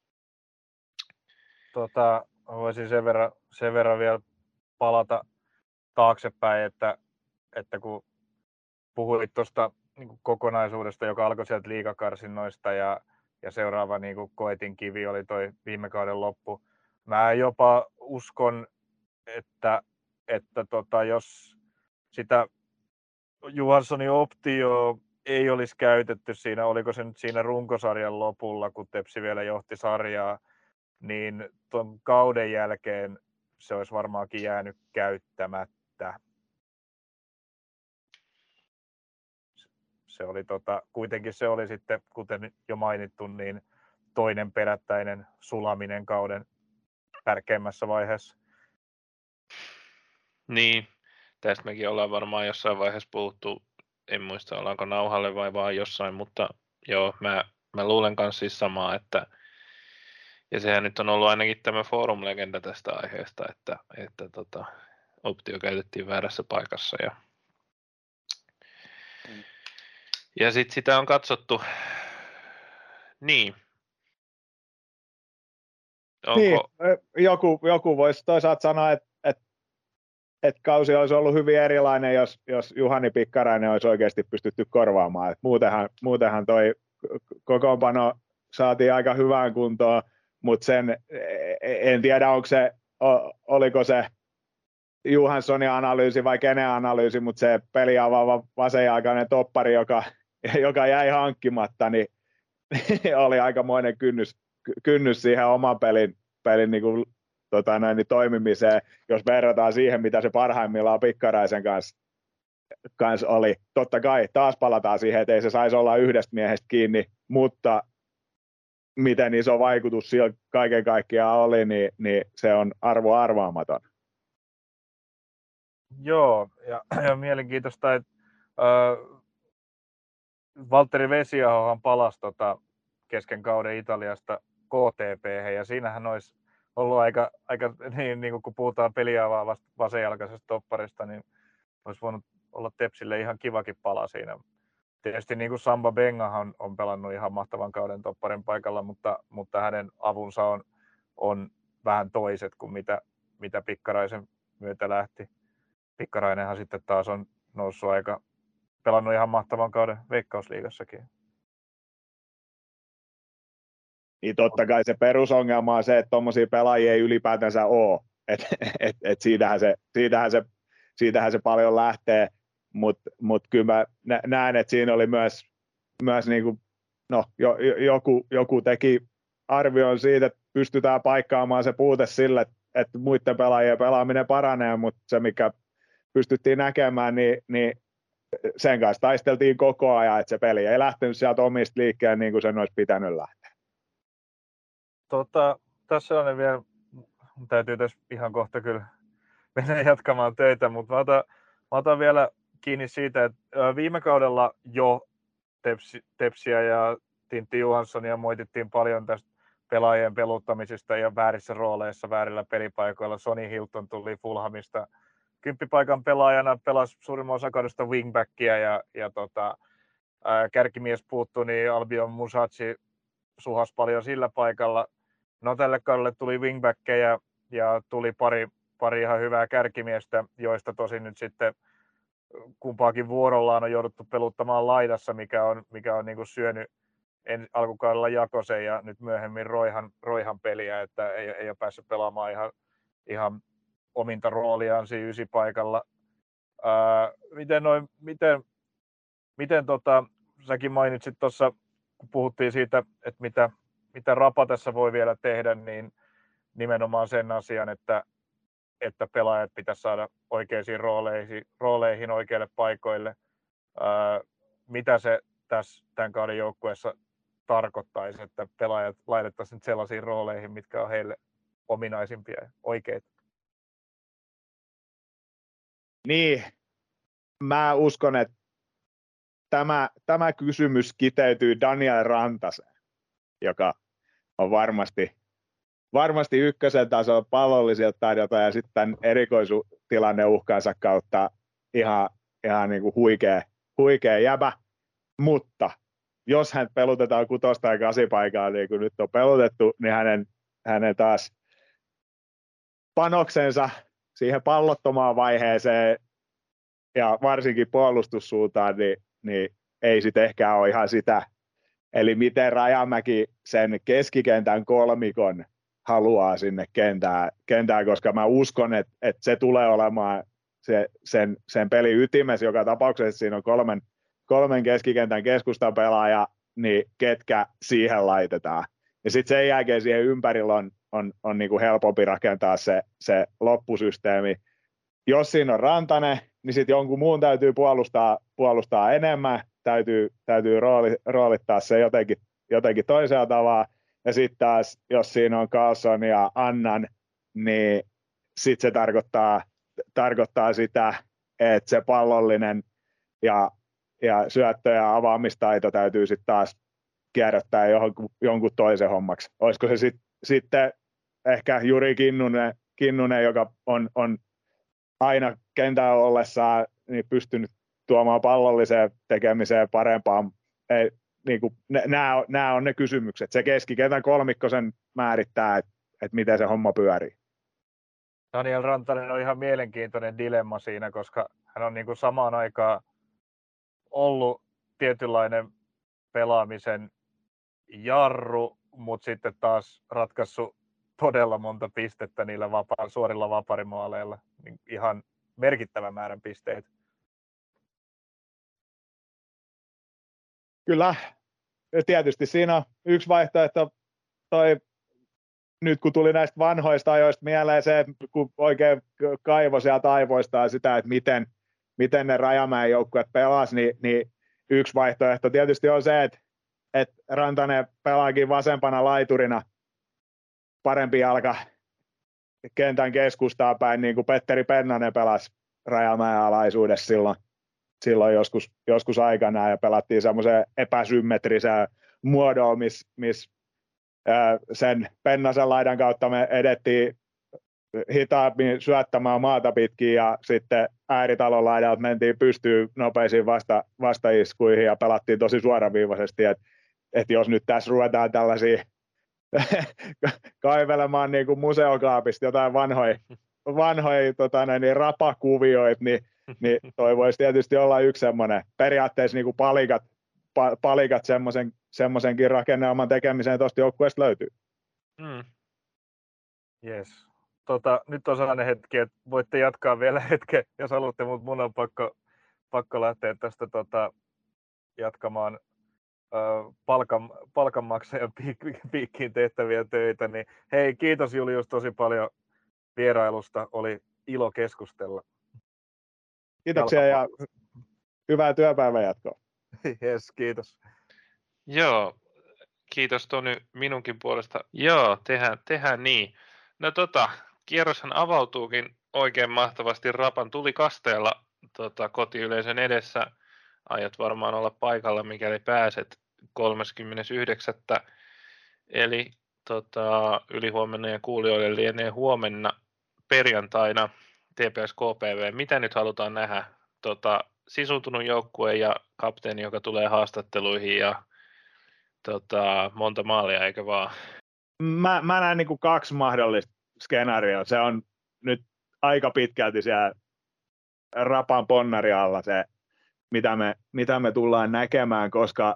Tota, voisin sen verran, sen verran vielä palata taaksepäin, että, että kun puhuit tuosta niin kokonaisuudesta, joka alkoi sieltä liigakarsinnoista ja, ja seuraava niin kuin koetin kivi oli toi viime kauden loppu. Mä jopa uskon, että, että tota, jos sitä Johanssonin optio ei olisi käytetty siinä, oliko se nyt siinä runkosarjan lopulla, kun Tepsi vielä johti sarjaa, niin tuon kauden jälkeen se olisi varmaankin jäänyt käyttämättä. Se oli tota, kuitenkin se oli sitten, kuten jo mainittu, niin toinen perättäinen sulaminen kauden tärkeimmässä vaiheessa. Niin, tästä mekin ollaan varmaan jossain vaiheessa puhuttu, en muista ollaanko nauhalle vai vaan jossain, mutta joo, mä, mä luulen kanssa siis samaa, että ja sehän nyt on ollut ainakin tämä forum-legenda tästä aiheesta, että, että tota, optio käytettiin väärässä paikassa ja mm. ja sitten sitä on katsottu, niin. Onko... Niin, joku, joku voisi toisaalta sanoa, että, että, että kausi olisi ollut hyvin erilainen, jos, jos Juhani Pikkarainen olisi oikeasti pystytty korvaamaan. Et muutenhan, muutenhan toi kokoonpano saatiin aika hyvään kuntoon, mutta sen en tiedä, onko se, oliko se Johanssonin analyysi vai kenen analyysi, mutta se peliavaava vasenjalkainen toppari, joka, joka jäi hankkimatta, niin oli aikamoinen kynnys, kynnys siihen oman pelin, pelin niin kuin, tota näin, niin toimimiseen, jos verrataan siihen, mitä se parhaimmillaan Pikkaraisen kanssa, kanssa oli. Totta kai taas palataan siihen, että ei se saisi olla yhdestä miehestä kiinni, mutta miten iso vaikutus sillä kaiken kaikkiaan oli, niin, niin se on arvo arvaamaton. Joo, ja, ja mielenkiintoista, että äh, Valtteri Vesiahohan palasi tota, kesken kauden Italiasta K T P:hen, ja siinähän olisi ollut aika, aika niin, niin kun puhutaan peliavaavasta vasenjalkaisesta topparista, niin olisi voinut olla Tepsille ihan kivakin pala siinä. Tietysti niin kuin Samba Bengahan on pelannut ihan mahtavan kauden topparin paikalla, mutta, mutta hänen avunsa on, on vähän toiset kuin mitä, mitä Pikkaraisen myötä lähti. Pikkarainenhan sitten taas on noussut aika, pelannut ihan mahtavan kauden Veikkausliigassakin. Niin totta kai se perusongelma on se, että tuommoisia pelaajia ei ylipäätänsä ole. Et, et, et siitähän, se, siitähän, se, siitähän se paljon lähtee, mutta mut kyllä mä näen, että siinä oli myös, myös niinku, no, jo, joku, joku teki arvion siitä, että pystytään paikkaamaan se puute sille, että muiden pelaajien pelaaminen paranee, mutta se mikä pystyttiin näkemään, niin, niin sen kanssa taisteltiin koko ajan, että se peli ei lähtenyt sieltä omista liikkeen niin kuin sen olisi pitänyt lähteä. Tota, tässä on vielä, täytyy tässä ihan kohta kyllä mennä jatkamaan töitä, mutta mä otan, mä otan vielä kiinni siitä, että viime kaudella jo Tepsi, Tepsiä ja Tintti Johanssonia moitittiin paljon tästä pelaajien peluttamisesta ja väärissä rooleissa, väärillä pelipaikoilla. Sonny Hilton tuli Fulhamista kymppipaikan pelaajana, pelasi suurimman osa kaudesta wingbackia ja, ja tota, ää, kärkimies puuttui, niin Albion Musaci suhas paljon sillä paikalla. No tälle kaudelle tuli wingbackkejä ja tuli pari, pari ihan hyvää kärkimiestä, joista tosin nyt sitten kumpaakin vuorollaan on jouduttu peluttamaan laidassa, mikä on, mikä on niin kuin syönyt en, alkukaudella Jakosen ja nyt myöhemmin Roihan, Roihan peliä, että ei, ei ole päässyt pelaamaan ihan, ihan ominta rooliaan siinä ysipaikalla. Ää, miten, noin, miten, miten tota, säkin mainitsit tuossa, kun puhuttiin siitä, että mitä, mitä Rapa tässä voi vielä tehdä, niin nimenomaan sen asian, että, että pelaajat pitäisi saada oikeisiin rooleihin, rooleihin oikeille paikoille. Ää, mitä se tässä tämän kauden joukkueessa tarkoittaisi, että pelaajat laitettaisiin nyt sellaisiin rooleihin, mitkä on heille ominaisimpia ja oikeita? Niin, mä uskon, että tämä, tämä kysymys kiteytyy Daniel Rantaseen, joka on varmasti, varmasti ykkösen tason pallollisilta taidolta ja sitten tämän erikoisutilanneuhkansa kautta ihan, ihan niin kuin huikea, huikea jäbä, mutta jos hän pelutetaan kutosta ja kasipaikaa niin kuin nyt on pelutettu, niin hänen, hänen taas panoksensa siihen pallottomaan vaiheeseen ja varsinkin puolustussuuntaan, niin, niin ei sitten ehkä ole ihan sitä. Eli miten Rajamäki sen keskikentän kolmikon haluaa sinne kentään, kentään koska mä uskon, että, että se tulee olemaan se, sen, sen pelin ytimessä, joka tapauksessa siinä on kolmen, kolmen keskikentän keskustan pelaaja, niin ketkä siihen laitetaan. Ja sitten sen jälkeen siihen ympärillä on, on, on niin kuin helpompi rakentaa se, se loppusysteemi. Jos siinä on Rantanen, niin sitten jonkun muun täytyy puolustaa, puolustaa enemmän, täytyy, täytyy rooli, roolittaa se jotenkin, jotenkin toisella tavalla. Ja sitten taas, jos siinä on Carlson ja Annan, niin sitten se tarkoittaa, tarkoittaa sitä, että se pallollinen ja, ja syöttö- ja avaamistaito täytyy sitten taas kierrättää johonkin, jonkun toisen hommaksi. Olisiko se sitten sit ehkä Juri Kinnunen, Kinnunen joka on, on aina kentällä ollessaan niin pystynyt tuomaan pallolliseen tekemiseen parempaan. Ei, niin kuin, nämä, nämä on ne kysymykset. Se keskikentän kolmikko sen määrittää, että, että miten se homma pyörii. Daniel Rantanen on ihan mielenkiintoinen dilemma siinä, koska hän on niin kuin samaan aikaan ollut tietynlainen pelaamisen jarru, mutta sitten taas ratkaissut todella monta pistettä niillä vapa- suorilla vaparimaaleilla, niin ihan merkittävän määrän pisteitä. Kyllä, ja tietysti siinä on yksi vaihtoehto, toi, nyt kun tuli näistä vanhoista ajoista mieleen se, että kun oikein kaivoi sieltä aivoistaan sitä, että miten, miten ne Rajamäen joukkueet pelasi, niin, niin yksi vaihtoehto tietysti on se, että, että Rantanen pelaakin vasempana laiturina parempi jalka kentän keskustaa päin, niin kuin Petteri Pennanen pelasi Rajamäen alaisuudessa silloin, silloin joskus, joskus aikanaan, ja pelattiin semmoisen epäsymmetrisen muodon, missä mis, sen Pennasen laidan kautta me edettiin hitaammin syöttämään maata pitkin, ja sitten ääritalon laidalta mentiin pystyyn nopeisiin vasta, vastaiskuihin, ja pelattiin tosi suoraviivaisesti, että et jos nyt tässä ruvetaan tällaisia kaivelemaan niin kuin museokaapista jotain vanhoja, vanhoja tota, niin rapakuvioita, niin, niin toi voisi tietysti olla yksi semmoinen. Periaatteessa niin kuin palikat, pa, palikat semmoisen, semmoisenkin rakennelman tekemiseen tuosta joukkueesta löytyy. Mm. Yes. Tota, nyt on sellainen hetki, että voitte jatkaa vielä hetken, jos haluatte, mutta mun on pakko, pakko lähteä tästä tota, jatkamaan palkan, palkanmaksajan piikkiin tehtäviä töitä, niin hei, kiitos Julius tosi paljon vierailusta, oli ilo keskustella. Kiitoksia ja hyvää työpäivän jatkoa. Yes, kiitos. Joo, kiitos Tony minunkin puolesta. Joo, tehdään, tehdään niin. No tota, kierroshan avautuukin oikein mahtavasti Rapan tulikasteella tota, kotiyleisön edessä. Aiot varmaan olla paikalla, mikäli pääset kolmaskymmenes yhdeksäs Eli tota, ylihuomenna ja kuulijoille lienee huomenna perjantaina T P S K P V. Mitä nyt halutaan nähdä? Tota, sisuuntunut joukkue ja kapteeni, joka tulee haastatteluihin ja tota, monta maalia, eikä vaan? Mä, mä näen niin kuin kaksi mahdollista skenaarioa. Se on nyt aika pitkälti siellä rapan ponnari alla se, mitä me, mitä me tullaan näkemään, koska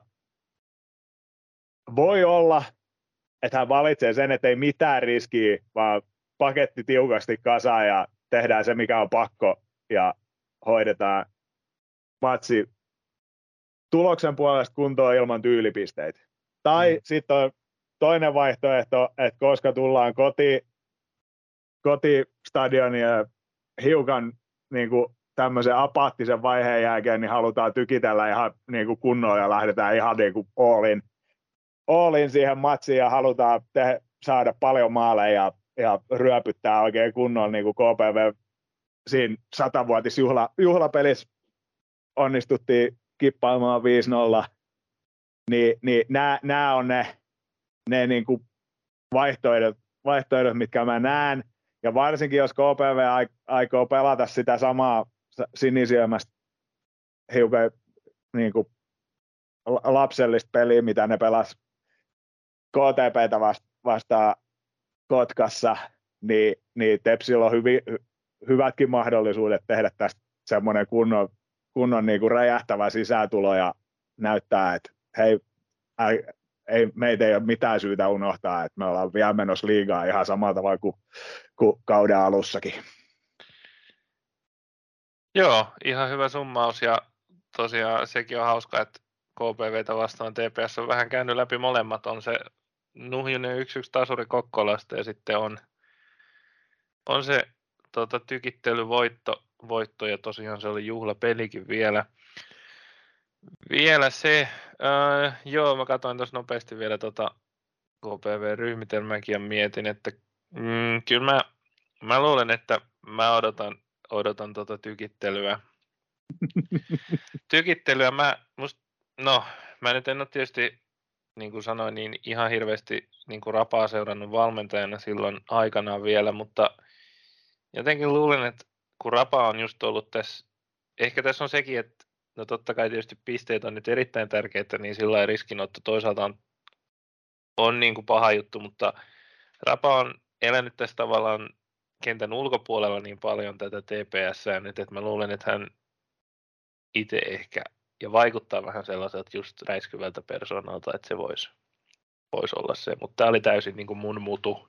voi olla, että hän valitsee sen, että ei mitään riskiä, vaan paketti tiukasti kasaan ja tehdään se, mikä on pakko ja hoidetaan matsi tuloksen puolesta kuntoon ilman tyylipisteitä. Tai mm. sitten on toinen vaihtoehto, että koska tullaan koti, kotistadionia hiukan niin kuin tämmöisen apaattisen vaiheen jälkeen, niin halutaan tykitellä ihan niin kuin kunnolla ja lähdetään ihan niin kuin all in, all in siihen matsiin ja halutaan te- saada paljon maaleja ja, ja ryöpyttää oikein kunnolla niin kuin K P V siinä satavuotisjuhlapelissä onnistuttiin kippailemaan viisi nolla, niin, niin nämä on ne, ne niin kuin vaihtoehdot, vaihtoehdot, mitkä mä näen, ja varsinkin jos K P V aikoo pelata sitä samaa sinisilmästä hiukan niin kuin lapsellista peliä, mitä ne pelas K T P:tä vastaan Kotkassa, niin, niin Tepsillä on hyvi, hyvätkin mahdollisuudet tehdä tästä semmoinen kunnon, kunnon niin kuin räjähtävä sisätulo ja näyttää, että hei, ei, ei, meitä ei ole mitään syytä unohtaa, että me ollaan vielä menossa liigaan ihan samalla tavalla kuin, kuin kauden alussakin. Joo, ihan hyvä summaus ja tosiaan sekin on hauska, että K P V:tä vastaan T P S on vähän käynyt läpi molemmat. On se Nuhjunen yksi yksi tasuri Kokkolasta ja sitten on, on se tota, tykittelyvoitto voitto, ja tosiaan se oli juhlapelikin vielä. Vielä se, äh, joo, mä katsoin tuossa nopeasti vielä tota K P V-ryhmitelmäkin ja mietin, että mm, kyllä mä, mä luulen, että mä odotan, odotan tota tykittelyä. Tykittelyä mä, must, no, mä nyt en ole tietysti, niin kuin sanoin, niin ihan hirveästi niin kuin Rapaa seurannut valmentajana silloin aikanaan vielä, mutta jotenkin luulen, että kun Rapa on just ollut tässä, ehkä tässä on sekin, että no totta kai tietysti pisteet on nyt erittäin tärkeitä, niin sillä lailla riskinotto toisaalta on, on niin kuin paha juttu, mutta Rapa on elänyt tässä tavallaan kentän ulkopuolella niin paljon tätä T P S:ää nyt, että mä luulen, että hän itse ehkä, ja vaikuttaa vähän sellaiselta just räiskyvältä persoonalta, että se voisi vois olla se, mutta tämä oli täysin niin kuin mun mutu.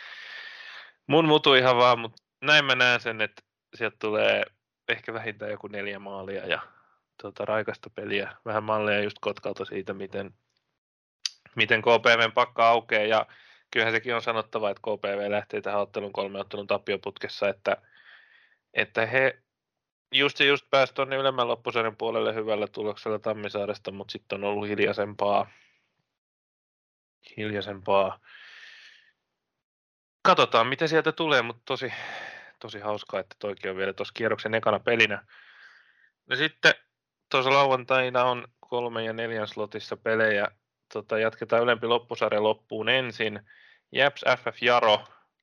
Mun mutu ihan vaan, mutta näin mä näen sen, että sieltä tulee ehkä vähintään joku neljä maalia ja tuota, raikasta peliä, vähän malleja just Kotkalta siitä, miten, miten K P V:n pakka aukeaa, ja kyllähän sekin on sanottava, että K P V lähtee tähän ottelun kolmeottelun tappioputkessa, että, että he just ja just pääsi tuonne ylemmän loppusarjan puolelle hyvällä tuloksella Tammisaaresta, mutta sitten on ollut hiljaisempaa, hiljaisempaa. Katsotaan, mitä sieltä tulee, mutta tosi, tosi hauskaa, että toikin on vielä tuossa kierroksen ekana pelinä. No sitten tuossa lauantaina on kolme ja neljän slotissa pelejä. Tota, jatketaan ylempi loppusarja loppuun ensin. Japs F F Jaro.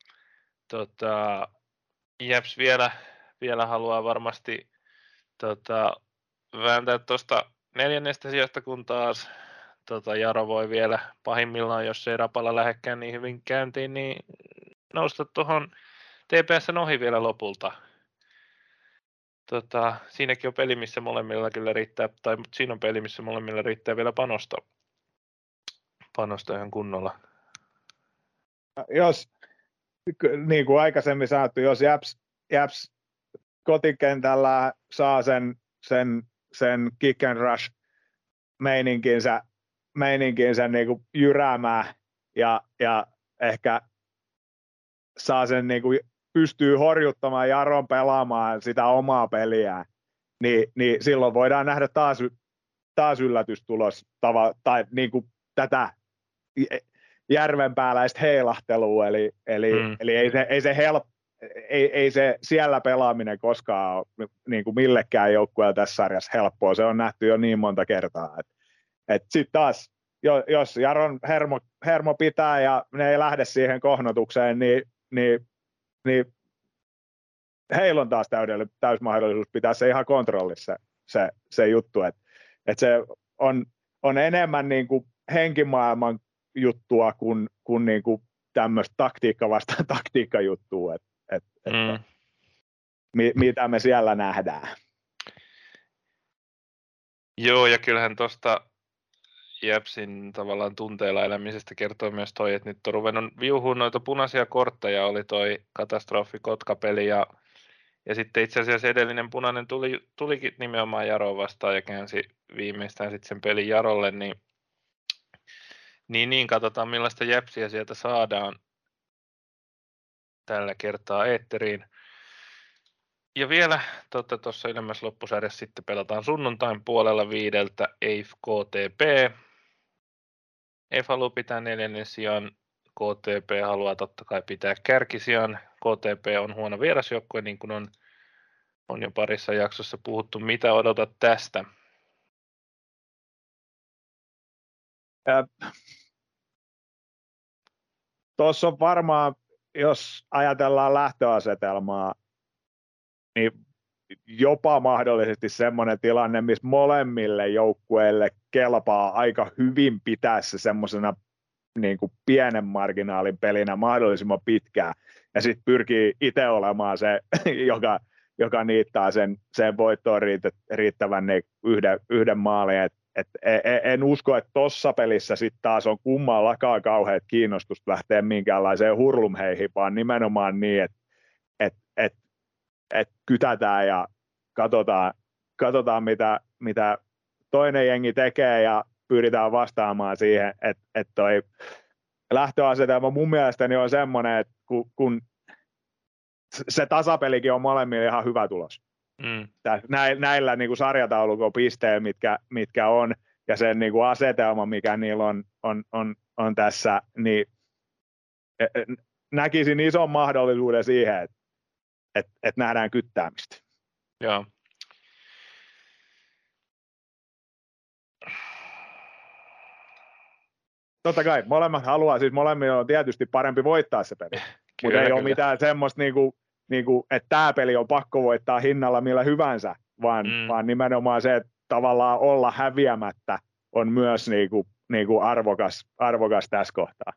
Tota, Japs vielä, vielä haluaa varmasti tota, vääntää tuosta neljännestä sijasta, kun taas tota, Jaro voi vielä pahimmillaan, jos ei Rapalla lähdekään niin hyvin käyntiin, niin nousta tuohon T P S:n ohi vielä lopulta. Tota, siinäkin on peli, missä molemmilla kyllä riittää, tai siinä on peli, missä molemmilla riittää vielä panosta, panosta ihan kunnolla. Jos, niin kuin aikaisemmin sanottu, jos Japs, Japs kotikentällä saa sen, sen, sen kick and rush meininkinsä, meininkinsä niin kuin jyräämään ja, ja ehkä saa sen niin kuin pystyy horjuttamaan Jaron pelaamaan sitä omaa peliään, niin, niin silloin voidaan nähdä taas, taas yllätystulos tava, tai niin kuin tätä järvenpääläistä heilahtelua, eli, eli, mm. eli ei, se, ei, se help, ei, ei se siellä pelaaminen koskaan ole niin kuin millekään joukkueelle tässä sarjassa helppoa, se on nähty jo niin monta kertaa, että et sitten taas jos Jaron hermo, hermo pitää ja ne ei lähde siihen kohnotukseen, niin, niin, niin heillä on taas täysmahdollisuus pitää se ihan kontrollissa se, se juttu, että et se on, on enemmän niin kuin henkimaailman juttua kuin, kuin, niin kuin tämmöistä taktiikka vastaan taktiikka-juttua, että et, mm. et, mi, mitä me siellä nähdään. Joo, ja kyllähän tuosta Jepsin tavallaan tunteella elämisestä kertoo myös toi, että nyt on ruvennut viuhuun noita punaisia kortteja, oli toi katastrofi Kotka-peli ja, ja sitten itse asiassa edellinen punainen tuli, tulikin nimenomaan Jaroa vastaan ja käänsi viimeistään sitten sen pelin Jarolle, niin, niin, niin katsotaan millaista Jepsiä sieltä saadaan tällä kertaa eetteriin. Ja vielä tuossa tota, ylemmässä loppusarjassa sitten pelataan sunnuntain puolella viideltä E I F K T P. E I F haluaa pitää neljännen sijan, K T P haluaa totta kai pitää kärkisijan. K T P on huono vierasjoukkue, niin kuin on, on jo parissa jaksossa puhuttu. Mitä odotat tästä? Tuossa on varmaan, jos ajatellaan lähtöasetelmaa, niin jopa mahdollisesti semmoinen tilanne, missä molemmille joukkueille kelpaa aika hyvin pitää se semmoisena niin kuin pienen marginaalin pelinä mahdollisimman pitkään, ja sitten pyrkii itse olemaan se, joka, joka niittää sen, sen voittoon riittävän niin yhden, yhden maalin. Et, et, en usko, että tuossa pelissä sitten taas on kummallakaan kauheat kiinnostusta lähteä minkäänlaiseen hurlumheihin, vaan nimenomaan niin, että et, et, et kytätään ja katsotaan, katsotaan mitä, mitä toinen jengi tekee ja pyritään vastaamaan siihen, että, että toi lähtöasetelma mun mielestäni on semmoinen, että kun, kun se tasapelikin on molemmille ihan hyvä tulos. Mm. Näillä, näillä niin kuin sarjataulukon pisteillä, mitkä, mitkä on, ja sen niin kuin asetelma, mikä niillä on, on, on, on tässä, niin näkisin ison mahdollisuuden siihen, että, että, että nähdään kyttäämistä. Joo. Totta kai, molemmat haluaa, siis molemmilla on tietysti parempi voittaa se peli, mutta ei kyllä ole mitään semmoista, niinku, niinku, että tämä peli on pakko voittaa hinnalla millä hyvänsä, vaan, mm. vaan nimenomaan se, että tavallaan olla häviämättä on myös niinku, niinku arvokas, arvokas tässä kohtaa.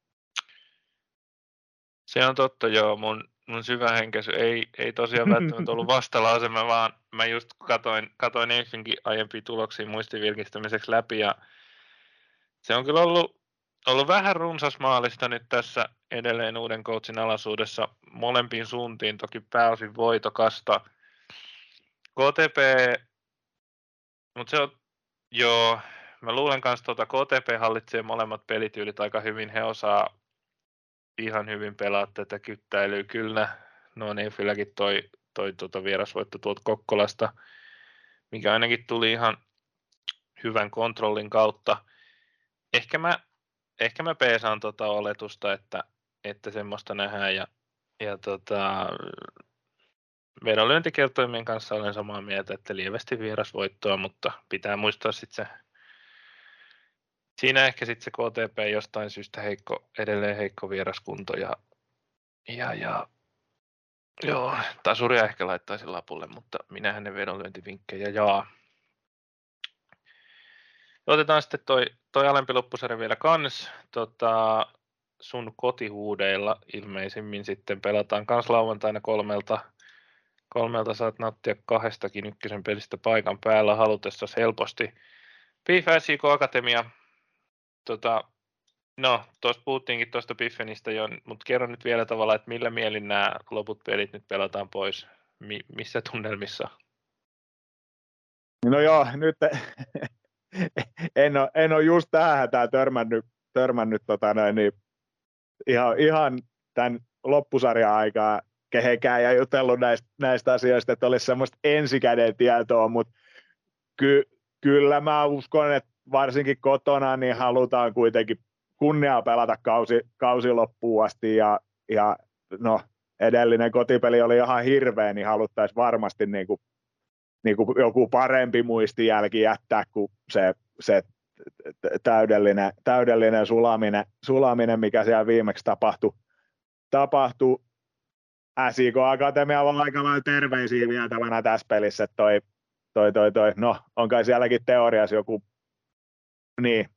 Se on totta, joo. Mun, mun syvä henkäsy ei, ei tosiaan välttämättä ollut vastalause, mä vaan mä just katoin, katoin ensinkin aiempia tuloksia muistin virkistämiseksi läpi, ja se on kyllä ollut, ollut vähän runsasmaalista nyt tässä edelleen uuden coachin alaisuudessa molempiin suuntiin, toki pääosin voitokasta. K T P, mutta se on, joo, mä luulen kanssa, tuota, K T P hallitsee molemmat pelityylit aika hyvin, he osaa ihan hyvin pelaa tätä kyttäilyä, kyllä. No niin, kylläkin toi, toi tuota vierasvoitto tuolta Kokkolasta, mikä ainakin tuli ihan hyvän kontrollin kautta. Ehkä mä, ehkä mä peesaan tota oletusta, että, että semmoista nähdään, ja, ja tota, vedonlyöntikertoimien kanssa olen samaa mieltä, että lievästi vierasvoittoa, mutta pitää muistaa sitten se, siinä ehkä sitten se K T P jostain syystä heikko, edelleen heikko vieraskunto, ja, ja, ja joo, tasuria ehkä laittaisin lapulle, mutta minähän ne vedonlyöntivinkkejä jaa. Otetaan sitten toi, toi alempi loppusarja vielä kans. Tota, sun kotihuudeilla ilmeisimmin sitten pelataan kans lauantaina kolmelta. Kolmelta saat nauttia kahdestakin ykkösen pelistä paikan päällä halutessasi helposti. P I F S J K Akatemia. Tota, no, tuossa puhuttiinkin tuosta Piffenistä jo, mutta kerro nyt vielä tavalla, että millä mielin nämä loput pelit nyt pelataan pois. Mi- missä tunnelmissa? No joo, nyt en ole, en ole just tähän hätään törmännyt, törmännyt tota näin, niin ihan, ihan tämän loppusarjan aikaa kehenkään ja jutellut näistä, näistä asioista, että olisi semmoista ensikäden tietoa, mutta ky, kyllä mä uskon, että varsinkin kotona niin halutaan kuitenkin kunniaa pelata kausi, kausi loppuun asti, ja, ja no, edellinen kotipeli oli ihan hirveä, niin haluttaisiin varmasti niin kuin, niin kuin joku parempi muistijälki jättää kuin se, se täydellinen, täydellinen sulaminen, sulaminen, mikä siellä viimeksi tapahtui. tapahtui. S I K Akatemialla on aika lailla terveisiä vietävänä tässä pelissä, että toi, toi, toi, toi, no on kai sielläkin teoriassa joku, niin,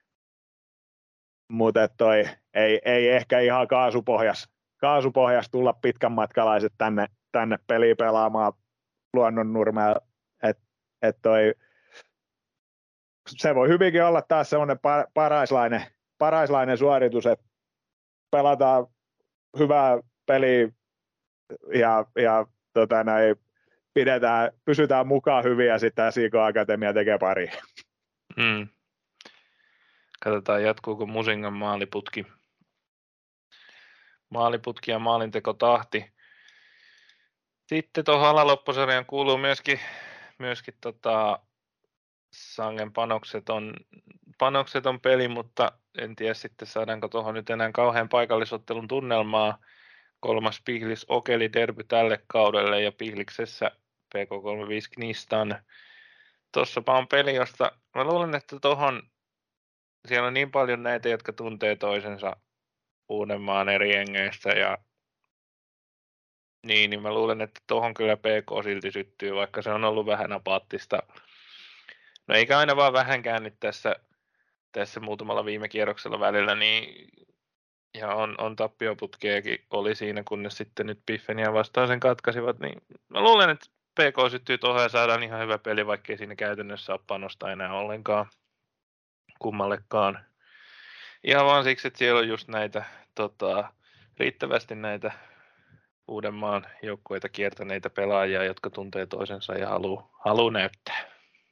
mutta toi ei, ei ehkä ihan kaasupohjas, kaasupohjas tulla pitkän matkalaiset tänne, tänne peliin pelaamaan Luonnonnurmella, että et toi, se voi hyvinkin olla taas semmoinen paraislainen, paraislainen suoritus, että pelataan hyvää peliä ja, ja tota näin, pidetään, pysytään mukaan hyvin ja sitten S I K Akatemia tekee pari. Mm. Katsotaan, jatkuuko Musingan maaliputki. Maaliputki ja maalintekotahti. Sitten tuohon alalopposarjaan kuuluu myöskin, myöskin tota, Sangen panokset on, panokset on peli, mutta en tiedä sitten saadaanko tuohon nyt enää kauhean paikallisottelun tunnelmaa. Kolmas Pihlis Okeli derby tälle kaudelle ja Pihliksessä P K kolmekymmentäviisi Knistan. Tossapa on peli, josta mä luulen, että tuohon siellä on niin paljon näitä, jotka tuntee toisensa Uudenmaan eri jengeistä ja niin, niin mä luulen, että tuohon kyllä P K silti syttyy, vaikka se on ollut vähän apaattista. No eikä aina vaan vähänkään nyt tässä, tässä muutamalla viime kierroksella välillä, niin ja on, on tappioputkeakin oli siinä, kunnes sitten nyt Biffeniä vastaan sen katkaisivat, niin mä luulen, että P K syttyy tuohon ja saadaan ihan hyvä peli, vaikkei siinä käytännössä ole panosta enää ollenkaan kummallekaan. Ihan vaan siksi, että siellä on just näitä tota, riittävästi näitä Uudenmaan joukkueita kiertäneitä pelaajia, jotka tuntee toisensa ja haluaa haluu näyttää.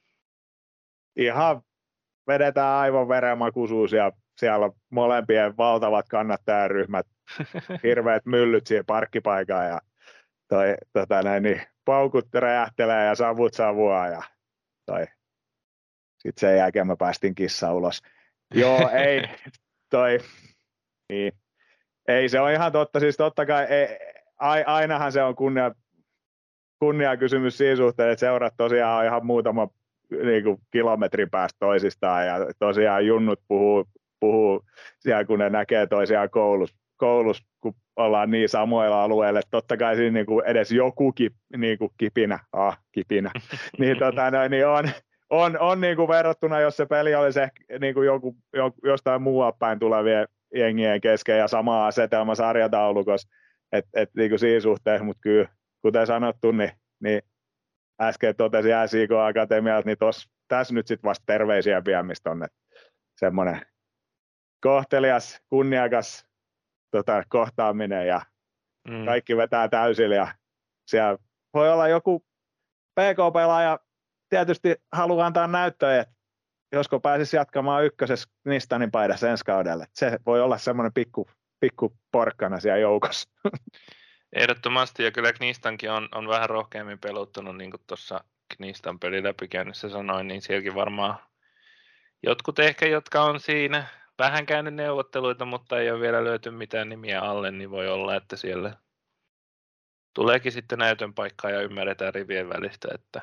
Ihan vedetään aivan verenmakuisuus ja siellä on molempien valtavat kannattajaryhmät, hirveät myllyt siihen parkkipaikaan ja toi, tota näin, niin paukut räjähtelee ja savut savua ja toi. Sitten sen jälkeen mä päästin kissa ulos. Joo, ei, toi, niin. Ei, se on ihan totta, siis totta kai, ei, ainahan se on kunnia, kunnia kysymys siinä suhteen, että seurat tosiaan on ihan muutama niin kuin kilometrin päästä toisistaan ja tosiaan junnut puhuu, puhuu siellä, kun ne näkee toisiaan koulussa, koulus, kun ollaan niin samoilla alueilla, että totta kai siinä niin kuin edes joku kip, niin kuin kipinä, ah, kipinä, niin, tota, no, niin on, on, on niin kuin verrattuna, jos se peli olisi ehkä niin kuin joku, jostain muualta päin tulevien jengien kesken ja sama asetelma sarjataulukossa, että et, niin kuin siinä suhteessa, mutta kyllä, kuten sanottu, niin, niin äsken totesin S I K Akatemialta, niin tos, tässä nyt sitten vasta terveisiä viemistä on, että semmoinen kohtelias, kunniakas tota, kohtaaminen ja mm. kaikki vetää täysillä ja siellä voi olla joku P K-pelaaja, tietysti haluaa antaa näyttöjä, että josko pääsisi jatkamaan ykkösessä Knistanin paidassa ensi kaudelle. Se voi olla semmoinen pikku, pikku porkkana siellä joukossa. Ehdottomasti, ja kyllä Knistankin on, on vähän rohkeammin peluttanut, niin kuin tuossa Knistan pelin läpikäynnissä sanoin, niin sielläkin varmaan jotkut ehkä, jotka on siinä vähän käynyt neuvotteluita, mutta ei ole vielä löyty mitään nimiä alle, niin voi olla, että siellä tuleekin sitten näytön paikkaa ja ymmärretään rivien välistä, että,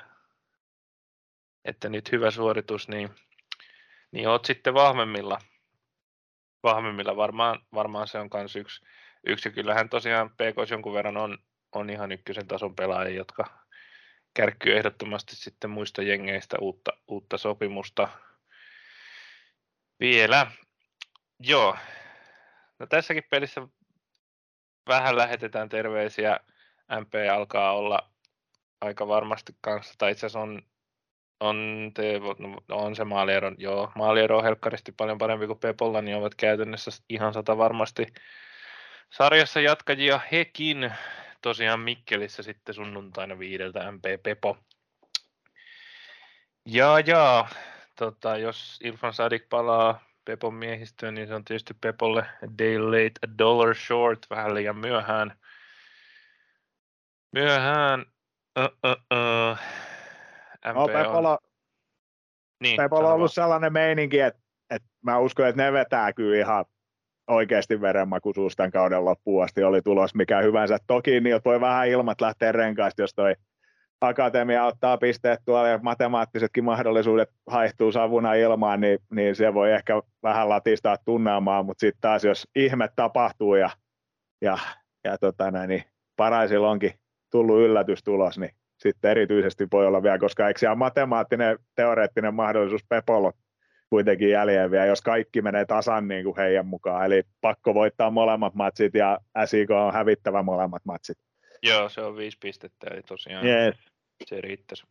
että nyt hyvä suoritus, niin, niin oot sitten vahvemmilla. Vahvemmilla varmaan, varmaan se on myös yksi. Yksi, kyllähän tosiaan P K:s jonkun verran on, on ihan ykkösen tason pelaajia, jotka kärkkyy ehdottomasti sitten muista jengeistä uutta, uutta sopimusta vielä. Joo, no tässäkin pelissä vähän lähetetään terveisiä. M P alkaa olla aika varmasti kanssa, tai itse asiassa on, on, te, no on se maaliero, joo, maaliero on helkkaristi paljon parempi kuin Pepolla, niin ovat käytännössä ihan sata varmasti sarjassa jatkajia hekin. Tosiaan Mikkelissä sitten sunnuntaina viideltä M P Pepo. Ja ja, tota, jos Irfan Sadik palaa Pepon miehistöön, niin se on tietysti Pepolle a day late, a dollar short, vähän liian myöhään. Myöhään. Uh, uh, uh. M P no, Pepola, on... niin, Pepola on ollut sellainen meininki, että, että mä uskon, että ne vetää kyllä ihan oikeasti verenmakuisuus tämän kauden loppuun asti oli tulos mikä hyvänsä. Toki niiltä voi vähän ilmat lähteä renkaista, jos toi akatemia ottaa pisteet tuolla ja matemaattisetkin mahdollisuudet haihtuu savuna ilmaan, niin, niin se voi ehkä vähän latistaa tunnelmaa, mutta sitten taas jos ihme tapahtuu ja, ja, ja tota näin, niin Paraisilla onkin tullut yllätystulos, niin sitten erityisesti voi olla vielä, koska eikö siellä matemaattinen teoreettinen mahdollisuus Pepolla kuitenkin jäljellä, jos kaikki menee tasan niin kuin heidän mukaan, eli pakko voittaa molemmat matsit ja S I K on hävittävä molemmat matsit. Joo, se on viisi pistettä, eli tosiaan Yes. se riittäisi.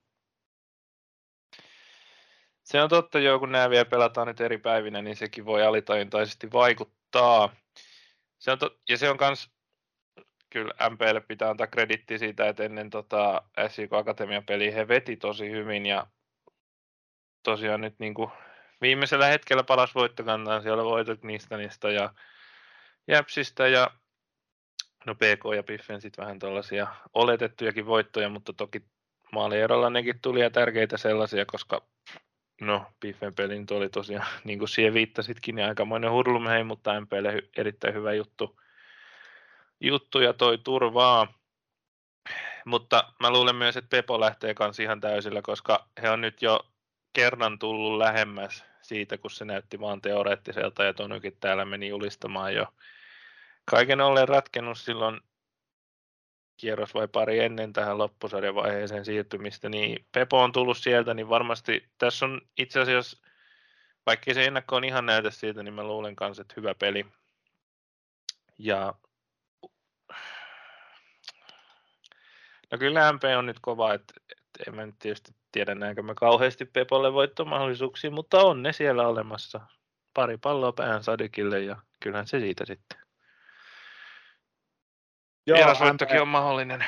Se on totta, joo, kun nämä vielä pelataan nyt eri päivinä, niin sekin voi alitajuntaisesti vaikuttaa. Se on to- ja se on kans, kyllä M P:lle pitää antaa krediittiä siitä, että ennen tota S I K Akatemian peliä he veti tosi hyvin, ja tosiaan nyt niin kuin viimeisellä hetkellä palasi voittokantaan siellä voitot Nistanista ja Jäpsistä, ja no P K ja Piffen sitten vähän tällaisia oletettujakin voittoja, mutta toki maalierolla nekin tuli ja tärkeitä sellaisia, koska no Piffen peli nyt oli tosiaan, niin kuin siihen viittasitkin, niin aikamoinen hurlumhei, mutta M P:lle hy- erittäin hyvä juttu, juttu ja toi turvaa. Mutta mä luulen myös, että Pepo lähtee kanssa ihan täysillä, koska he on nyt jo kerran tullut lähemmäs siitä, kun se näytti vaan teoreettiselta, ja Tonukin täällä meni julistamaan jo kaiken ollen ratkennut silloin kierros vai pari ennen tähän loppusarjavaiheeseen siirtymistä, niin Pepo on tullut sieltä, niin varmasti tässä on itse asiassa, vaikkei se ennakkoon ihan näytä siitä, niin mä luulen kanssa, että hyvä peli. Ja no kyllä M P on nyt kova, että, että en mä nyt tietysti tiedä, näinkö mä kauheasti Pepolle voittomahdollisuuksia, mutta on ne siellä olemassa. Pari palloa päähän Sadikille ja kyllähän se siitä sitten. Vierasvoittokin on mahdollinen.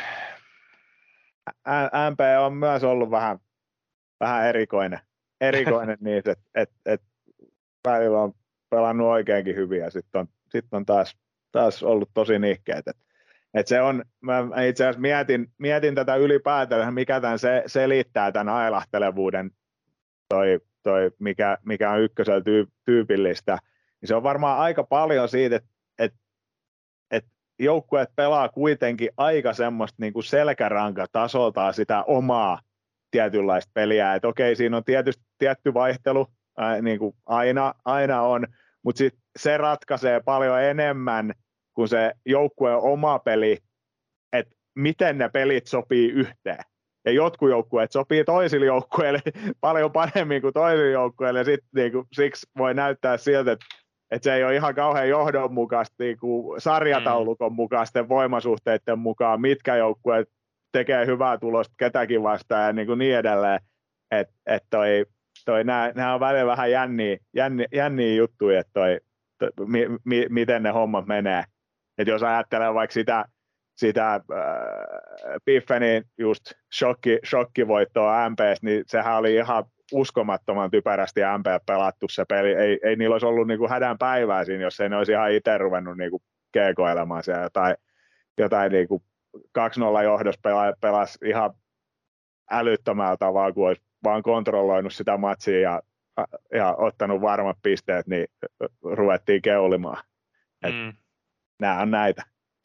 M P on myös ollut vähän, vähän erikoinen, erikoinen niitä, että et, et välillä on pelannut oikeinkin hyvin ja sitten on, sit on taas, taas ollut tosi nihkeet. Et, et se on, mä itse asiassa mietin, mietin tätä ylipäätään, mikä tämän se, selittää tämän ailahtelevuuden, toi, toi, mikä, mikä on ykkösellä tyy, tyypillistä. Niin se on varmaan aika paljon siitä, että et, et joukkueet pelaa kuitenkin aika semmoista niin kuin selkärankatasoltaan sitä omaa tietynlaista peliä. Et okei, siinä on tietysti tietty vaihtelu, ää, niin kuin aina, aina on, mutta sit se ratkaisee paljon enemmän kuin se joukkueen oma peli, että miten ne pelit sopii yhteen. Ja jotkut joukkueet sopii toisille joukkueille paljon paremmin kuin toisille joukkueille, ja sit, niin kuin, siksi voi näyttää siltä, että että se ei ole ihan kauhean johdonmukaista niin kuin sarjataulukon mukaisten voimasuhteiden mukaan, mitkä joukkueet tekee hyvää tulosta ketäkin vastaan ja niin, kuin niin edelleen. Että et toi, toi, nämä on välillä vähän jänniä, jänniä, jänniä juttuja, että toi, toi, mi, mi, miten ne hommat menee. Et jos ajattelee vaikka sitä, sitä äh, Piffenin just shokki, shokkivoittoa M P:stä, niin sehän oli ihan uskomattoman typerästi M P pelattu se peli. Ei, ei niillä olisi ollut niinku hädän päivää siinä, jos ei ne olisi ihan itse ruvennut niinku keekoilemaan siellä jotain, jotain niinku kaksi nolla johdossa pela, pelasi ihan älyttömällä tavalla, kun olisi vaan kontrolloinut sitä matsia ja, ja ottanut varmat pisteet, niin ruvettiin keulimaan. Mm. Nämä on näitä.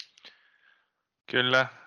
Kyllä.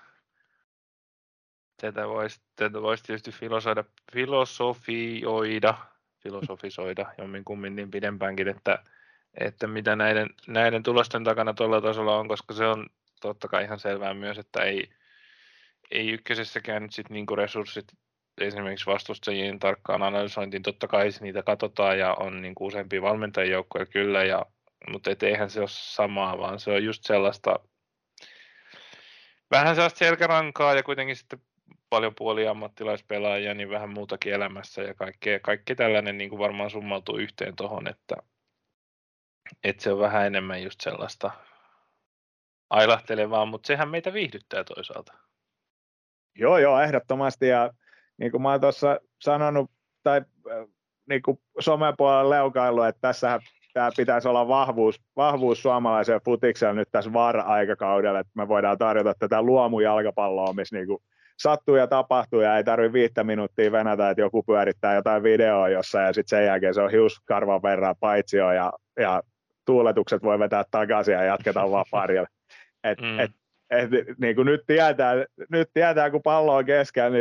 Tätä voisi, tätä voisi tietysti filosoida, filosofioida, filosofisoida jomminkummin niin pidempäänkin, että, että mitä näiden, näiden tulosten takana tuolla tasolla on, koska se on totta kai ihan selvää myös, että ei, ei ykkösessäkään nyt sit niinku resurssit esimerkiksi vastustajien tarkkaan analysointiin, totta kai niitä katsotaan ja on niinku useampia valmentajien joukkoja kyllä, ja, mutta et eihän se ole samaa, vaan se on just sellaista vähän sellaista selkärankaa ja kuitenkin sitten paljon puoliammattilaispelaajia, niin vähän muutakin elämässä ja kaikkea, kaikki tällainen niin kuin varmaan summautuu yhteen tuohon, että, että se on vähän enemmän just sellaista ailahtelevaa, mutta sehän meitä viihdyttää toisaalta. Joo, joo, ehdottomasti ja niin kuin mä oon tuossa sanonut tai niin kuin somepuolella leukaillut, että tässähän tämä pitäisi olla vahvuus, vahvuus suomalaisella futiksella nyt tässä V A R-aikakaudella, että me voidaan tarjota tätä luomujalkapalloa, missä niin kuin sattuu ja tapahtuu ja ei tarvitse viittä minuuttia venätä, että joku pyörittää jotain videoa jossain ja sitten sen jälkeen se on hiuskarvan verran paitsio ja, ja tuuletukset voi vetää takaisin ja jatketaan vaan parilla. Et, mm. et, et, niin kuin nyt, tietää, nyt tietää, kun pallo on keskellä, niin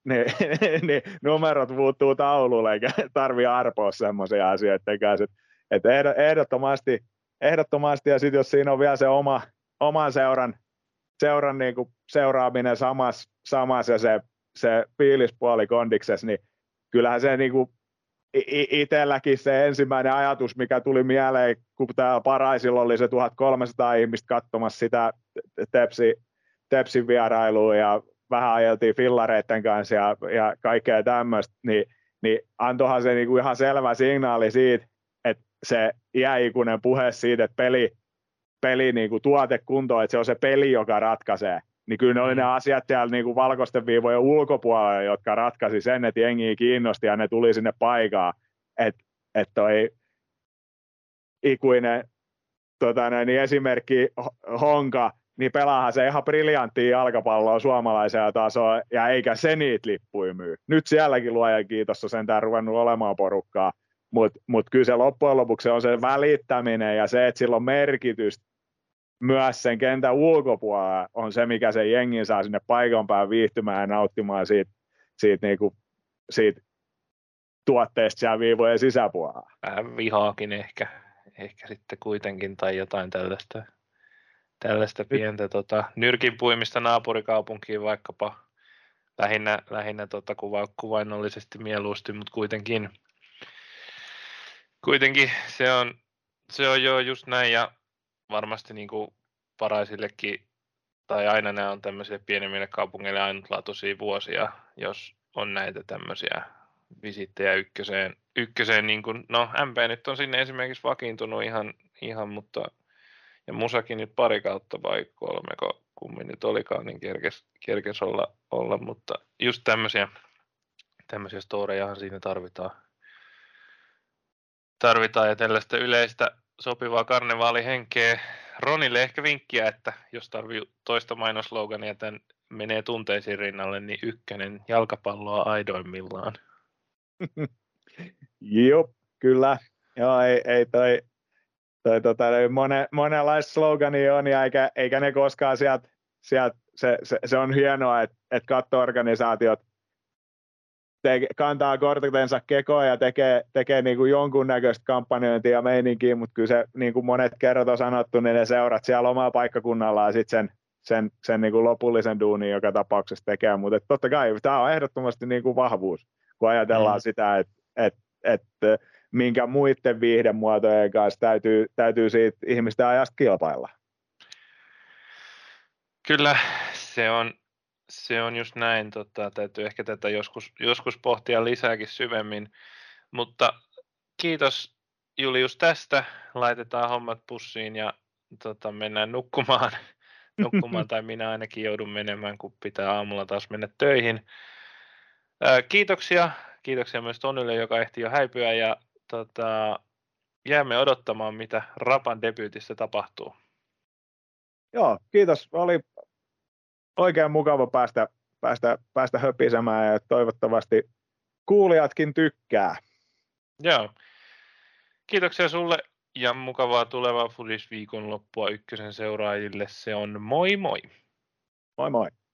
niin, niin numerot muuttuu taululle, eikä tarvitse arpoa semmoisia asioiden kanssa. Että et ehdottomasti, ehdottomasti, ja sitten jos siinä on vielä se oma, oman seuran, seuran niin kuin seuraaminen samassa samas ja se, se fiilispuoli kondiksessa, niin kyllähän se niin kuin itselläkin se ensimmäinen ajatus, mikä tuli mieleen, kun täällä Paraisilla oli se tuhatkolmesataa ihmistä katsomassa sitä tepsi, Tepsin vierailua ja vähän ajeltiin fillareiden kanssa ja, ja kaikkea tämmöistä, niin, niin antoihan se niinku ihan selvä signaali siitä, että se iäikuinen puhe siitä, että peli, peli niinku tuotekunto, että se on se peli, joka ratkaisee. Niin kyllä ne oli ne asiat siellä niinku valkoisten viivojen ulkopuolella, jotka ratkaisi sen, että jengiä kiinnosti ja ne tuli sinne paikaan. Että et toi ikuinen tota, niin esimerkki Honka, niin pelaahan se ihan briljanttia jalkapalloa suomalaisella tasoa, ja eikä se niitä lippuja myy. Nyt sielläkin luojan kiitos on sentään ruvennut olemaan porukkaa, mutta mut kyllä se loppujen lopuksi on se välittäminen ja se, että sillä on merkitystä myös sen kentän ulkopuolella, on se, mikä se jengi saa sinne paikan päälle viihtymään ja nauttimaan siitä, siitä, niinku, siitä tuotteesta siellä viivojen sisäpuolella. Vähän vihaakin ehkä, ehkä sitten kuitenkin tai jotain tällaista. Tällaista pientä tota, nyrkin puimista naapurikaupunkiin vaikkapa lähinnä, lähinnä tota, kuva, kuvainnollisesti mieluusti, mutta kuitenkin, kuitenkin se, on, se on jo just näin ja varmasti niin kuin Paraisillekin, tai aina nämä on tämmöisille pienemmille kaupungeille ainutlaatuisia vuosia, jos on näitä tämmöisiä visittejä ykköseen. ykköseen niin kuin, no M P nyt on sinne esimerkiksi vakiintunut ihan, ihan mutta ja Musakin nyt pari kautta vai kolme, kummin nyt olikaan, niin kerkes, kerkes olla, olla, mutta just tämmöisiä, tämmöisiä storejahan siinä tarvitaan. Tarvitaan ja tällaista yleistä sopivaa karnevaalihenkeä. Ronille ehkä vinkkiä, että jos tarvii toista mainoslogania tämän menee tunteisiin rinnalle, niin ykkönen jalkapalloa aidoimmillaan. Joo, kyllä. Joo, ei, ei toi... Toi, tota, monen, monenlaista slogania on, ja eikä, eikä ne koskaan sieltä, sielt, se, se, se, on hienoa, että et katto-organisaatiot te, kantaa kortensa kekoon ja tekee, tekee niinku jonkunnäköistä kampanjointia ja meininkiä, mutta kyllä se, niin kuin monet kerrat on sanottu, niin ne seurat siellä omalla paikkakunnallaan sitten sen, sen, sen niinku lopullisen duunin joka tapauksessa tekee, mutta totta kai tämä on ehdottomasti niinku vahvuus, kun ajatellaan mm. sitä, että et, et, minkä muiden viihdemuotojen kanssa täytyy, täytyy siitä ihmisten ajasta kilpailla. Kyllä, se on, se on just näin. Tota, täytyy ehkä tätä joskus, joskus pohtia lisääkin syvemmin. Mutta kiitos Julius tästä. Laitetaan hommat pussiin ja tota, mennään nukkumaan. nukkumaan tai minä ainakin joudun menemään, kun pitää aamulla taas mennä töihin. Ää, kiitoksia. Kiitoksia myös Tonille, joka ehti jo häipyä. Ja tota, jäämme odottamaan, mitä Rapan debyytissä tapahtuu. Joo, kiitos. Oli oikein mukava päästä, päästä, päästä höpisemään ja toivottavasti kuulijatkin tykkää. Joo. Kiitoksia sulle ja mukavaa tulevaa Fudis viikonloppua ykkösen seuraajille. Se on moi moi. Moi moi.